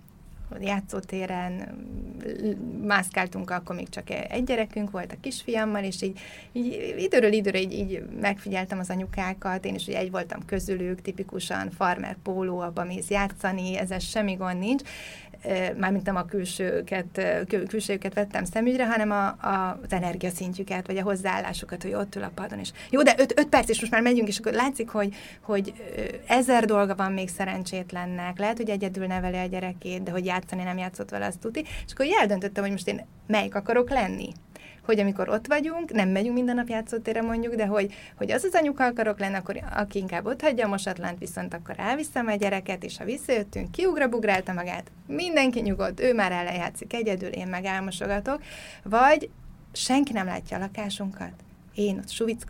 játszótéren mászkáltunk, akkor még csak egy gyerekünk volt a kisfiammal, és így, így időről időre így, így megfigyeltem az anyukákat, én is ugye egy voltam közülük, tipikusan farmer póló, abban mész játszani, ezzel semmi gond nincs, mármint nem a külsőket, kül- külsőjüket vettem szemügyre, hanem a, a, az energiaszintjüket, vagy a hozzáállásukat, hogy ott ül a padon, és jó, de öt, öt perc, és most már megyünk, és akkor látszik, hogy, hogy ezer dolga van még szerencsétlennek, lehet, hogy egyedül neveli a gyerekét, de hogy játszani nem játszott vele, azt tuti, és akkor eldöntöttem, hogy most én melyik akarok lenni. Hogy amikor ott vagyunk, nem megyünk minden nap játszótérre mondjuk, de hogy, hogy az az anyuka akarok lenni, akkor aki inkább ott hagyja a mosatlant, viszont akkor elviszem a gyereket, és ha visszajöttünk, kiugrabugrálta magát, mindenki nyugodt, ő már eljátszik egyedül, én meg elmosogatok, vagy senki nem látja a lakásunkat, én ott suvickolok,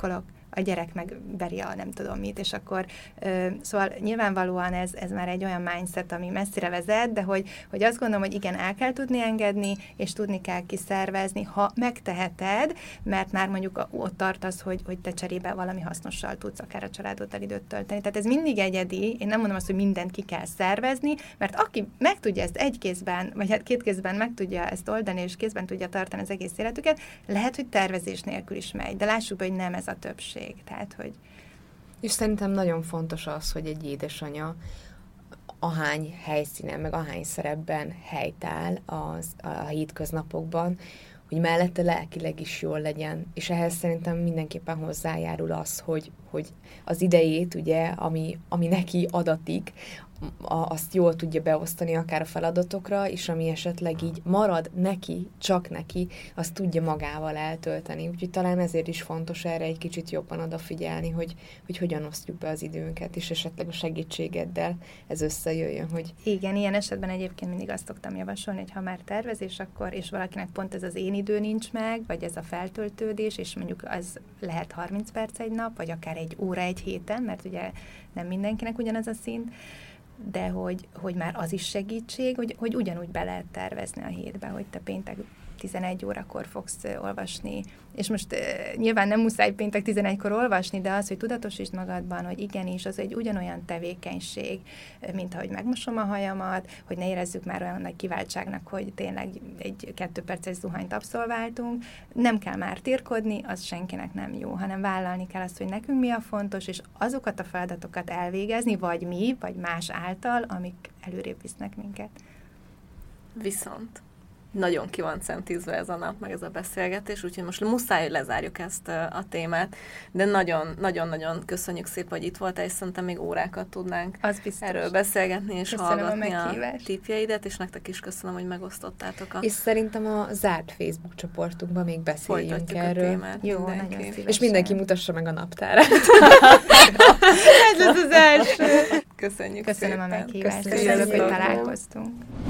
a gyerek megveri a nem tudom mit, és akkor ö, szóval nyilvánvalóan ez, ez már egy olyan mindset, ami messzire vezet, de hogy, hogy azt gondolom, hogy igen, el kell tudni engedni, és tudni kell kiszervezni, ha megteheted, mert már mondjuk ott tartasz, hogy, hogy te cserébe valami hasznossal tudsz akár a családoddal időt tölteni. Tehát ez mindig egyedi, én nem mondom azt, hogy mindent ki kell szervezni, mert aki meg tudja ezt egy kézben, vagy hát két kézben meg tudja ezt oldani, és kézben tudja tartani az egész életüket, lehet, hogy tervezés nélkül is megy, de lássuk be, hogy nem ez a többség. Tehát, hogy... És szerintem nagyon fontos az, hogy egy édesanya ahány helyszínen, meg ahány szerepben helytáll az, a hétköznapokban, hogy mellette lelkileg is jól legyen. És ehhez szerintem mindenképpen hozzájárul az, hogy, hogy az idejét, ugye, ami, ami neki adatik, azt jól tudja beosztani akár a feladatokra, és ami esetleg így marad neki, csak neki, azt tudja magával eltölteni. Úgyhogy talán ezért is fontos erre egy kicsit jobban odafigyelni, hogy, hogy hogyan osztjuk be az időnket, és esetleg a segítségeddel ez összejöjjön, hogy... Igen, ilyen esetben egyébként mindig azt szoktam javasolni, hogy ha már tervezés, akkor, és valakinek pont ez az én idő nincs meg, vagy ez a feltöltődés, és mondjuk az lehet harminc perc egy nap, vagy akár egy óra egy héten, mert ugye nem mindenkinek ugyanaz a szint, de hogy, hogy már az is segítség, hogy, hogy ugyanúgy be lehet tervezni a hétbe, hogy te péntek tizenegy órakor fogsz olvasni, és most uh, nyilván nem muszáj péntek tizenegykor olvasni, de az, hogy tudatosítsd magadban, hogy igenis, az egy ugyanolyan tevékenység, mint ahogy megmosom a hajamat, hogy ne érezzük már olyan nagy kiváltságnak, hogy tényleg egy kettő perces zuhanyt abszolváltunk, nem kell már tirkodni, az senkinek nem jó, hanem vállalni kell azt, hogy nekünk mi a fontos, és azokat a feladatokat elvégezni, vagy mi, vagy más által, amik előrébb visznek minket. Viszont nagyon ki van centízve ez a nap, meg ez a beszélgetés, úgyhogy most muszáj, hogy lezárjuk ezt a témát, de nagyon-nagyon-nagyon köszönjük szépen, hogy itt voltál, és szerintem még órákat tudnánk erről beszélgetni, és köszönöm hallgatni a, a tippjeidet, és nektek is köszönöm, hogy megosztottátok. A... És szerintem a zárt Facebook csoportunkban még beszéljünk Folytatjuk erről. A témát. Jó, mindenki. Nagyon szívesen. És mindenki mutassa meg a naptárát. Ez lesz az első. Köszönjük Köszönöm szépen. a meghívást. Köszönjük, hogy találkoztunk.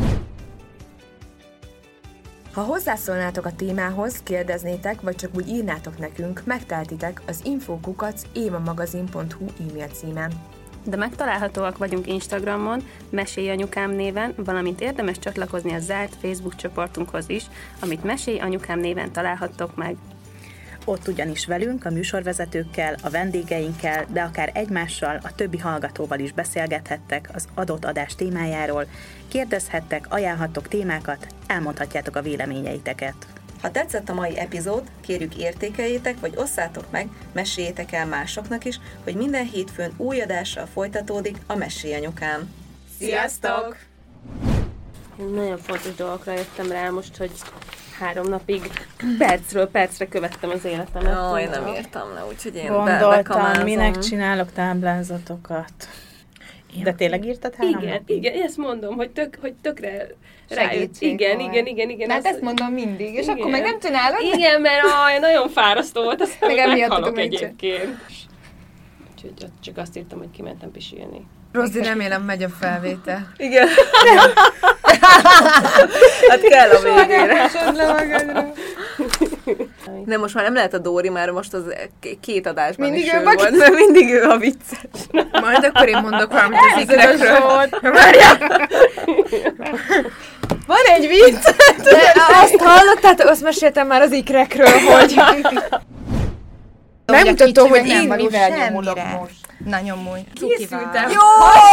Ha hozzászólnátok a témához, kérdeznétek, vagy csak úgy írnátok nekünk, megteltitek az infókukac évamagazin pont hu e-mail címen. De megtalálhatóak vagyunk Instagramon, Mesélj Anyukám néven, valamint érdemes csatlakozni a zárt Facebook csoportunkhoz is, amit Mesélj Anyukám néven találhattok meg. Ott ugyanis velünk, a műsorvezetőkkel, a vendégeinkkel, de akár egymással, a többi hallgatóval is beszélgethettek az adott adás témájáról, kérdezhettek, ajánlhattok témákat, elmondhatjátok a véleményeiteket. Ha tetszett a mai epizód, kérjük értékeljétek, vagy osszátok meg, meséljétek el másoknak is, hogy minden hétfőn új adással folytatódik a Mesélj Anyukám. Sziasztok! Nagyon fontos dolgokra jöttem rá most, hogy három napig percről percre követtem az életemet. Ó, én nem írtam le, úgyhogy én Gondoltam, be, minek csinálok táblázatokat. De tényleg írtad három Igen, napig? igen, ezt mondom, hogy, tök, hogy tökre rájött. Igen, igen, igen, igen. Hát ezt mondom mindig, és igen. Akkor meg nem csinálod? Igen, mert aj, nagyon fárasztó volt, aztán meg meghalok egyébként. Úgyhogy csak azt írtam, hogy kimentem pisilni. Rozi, remélem megy a felvétel. Igen. Hát kell a végére. Nem, most már nem lehet a Dóri, már most az két adásban mindig is ő volt, mert mindig ő a vicces. Majd akkor én mondok valamit az ikrekről. Van egy vicc! De azt hallottátok, azt meséltem már az ikrekről, hogy... Megmutatom, hogy én mivel nyomulok most. Na nyomulj. Készültem. Jó!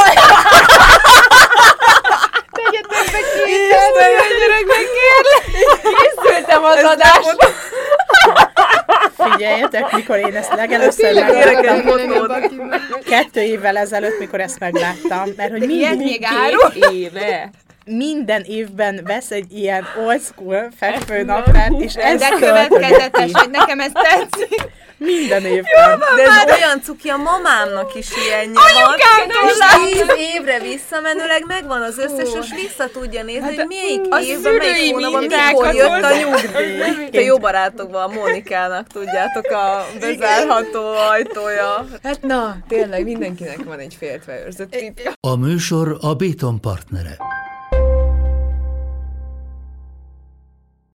Tegyetek be készültem! Gyerekben kérlek! Készültem az adást! Figyeljetek, mikor én ezt legelőször megláttam. Kettő évvel ezelőtt, mikor ezt megláttam. Mert hogy mindig még árul? Éve. Minden évben vesz egy ilyen old school fekvőnaptárt, és ez de következetes, hogy nekem ez tetszik. Minden évben. De ez olyan cuki, a mamámnak is ilyenje van. És tíz évre visszamenőleg megvan az összes, és vissza tudja nézni, hát hogy melyik évben, melyik hónapban, mikor jött a nyugdíj. Te jó barátokban, a Mónikának, tudjátok, a bezárható ajtója. Hát na, tényleg mindenkinek van egy féltve őrzött titka. A műsor a Béton partnere.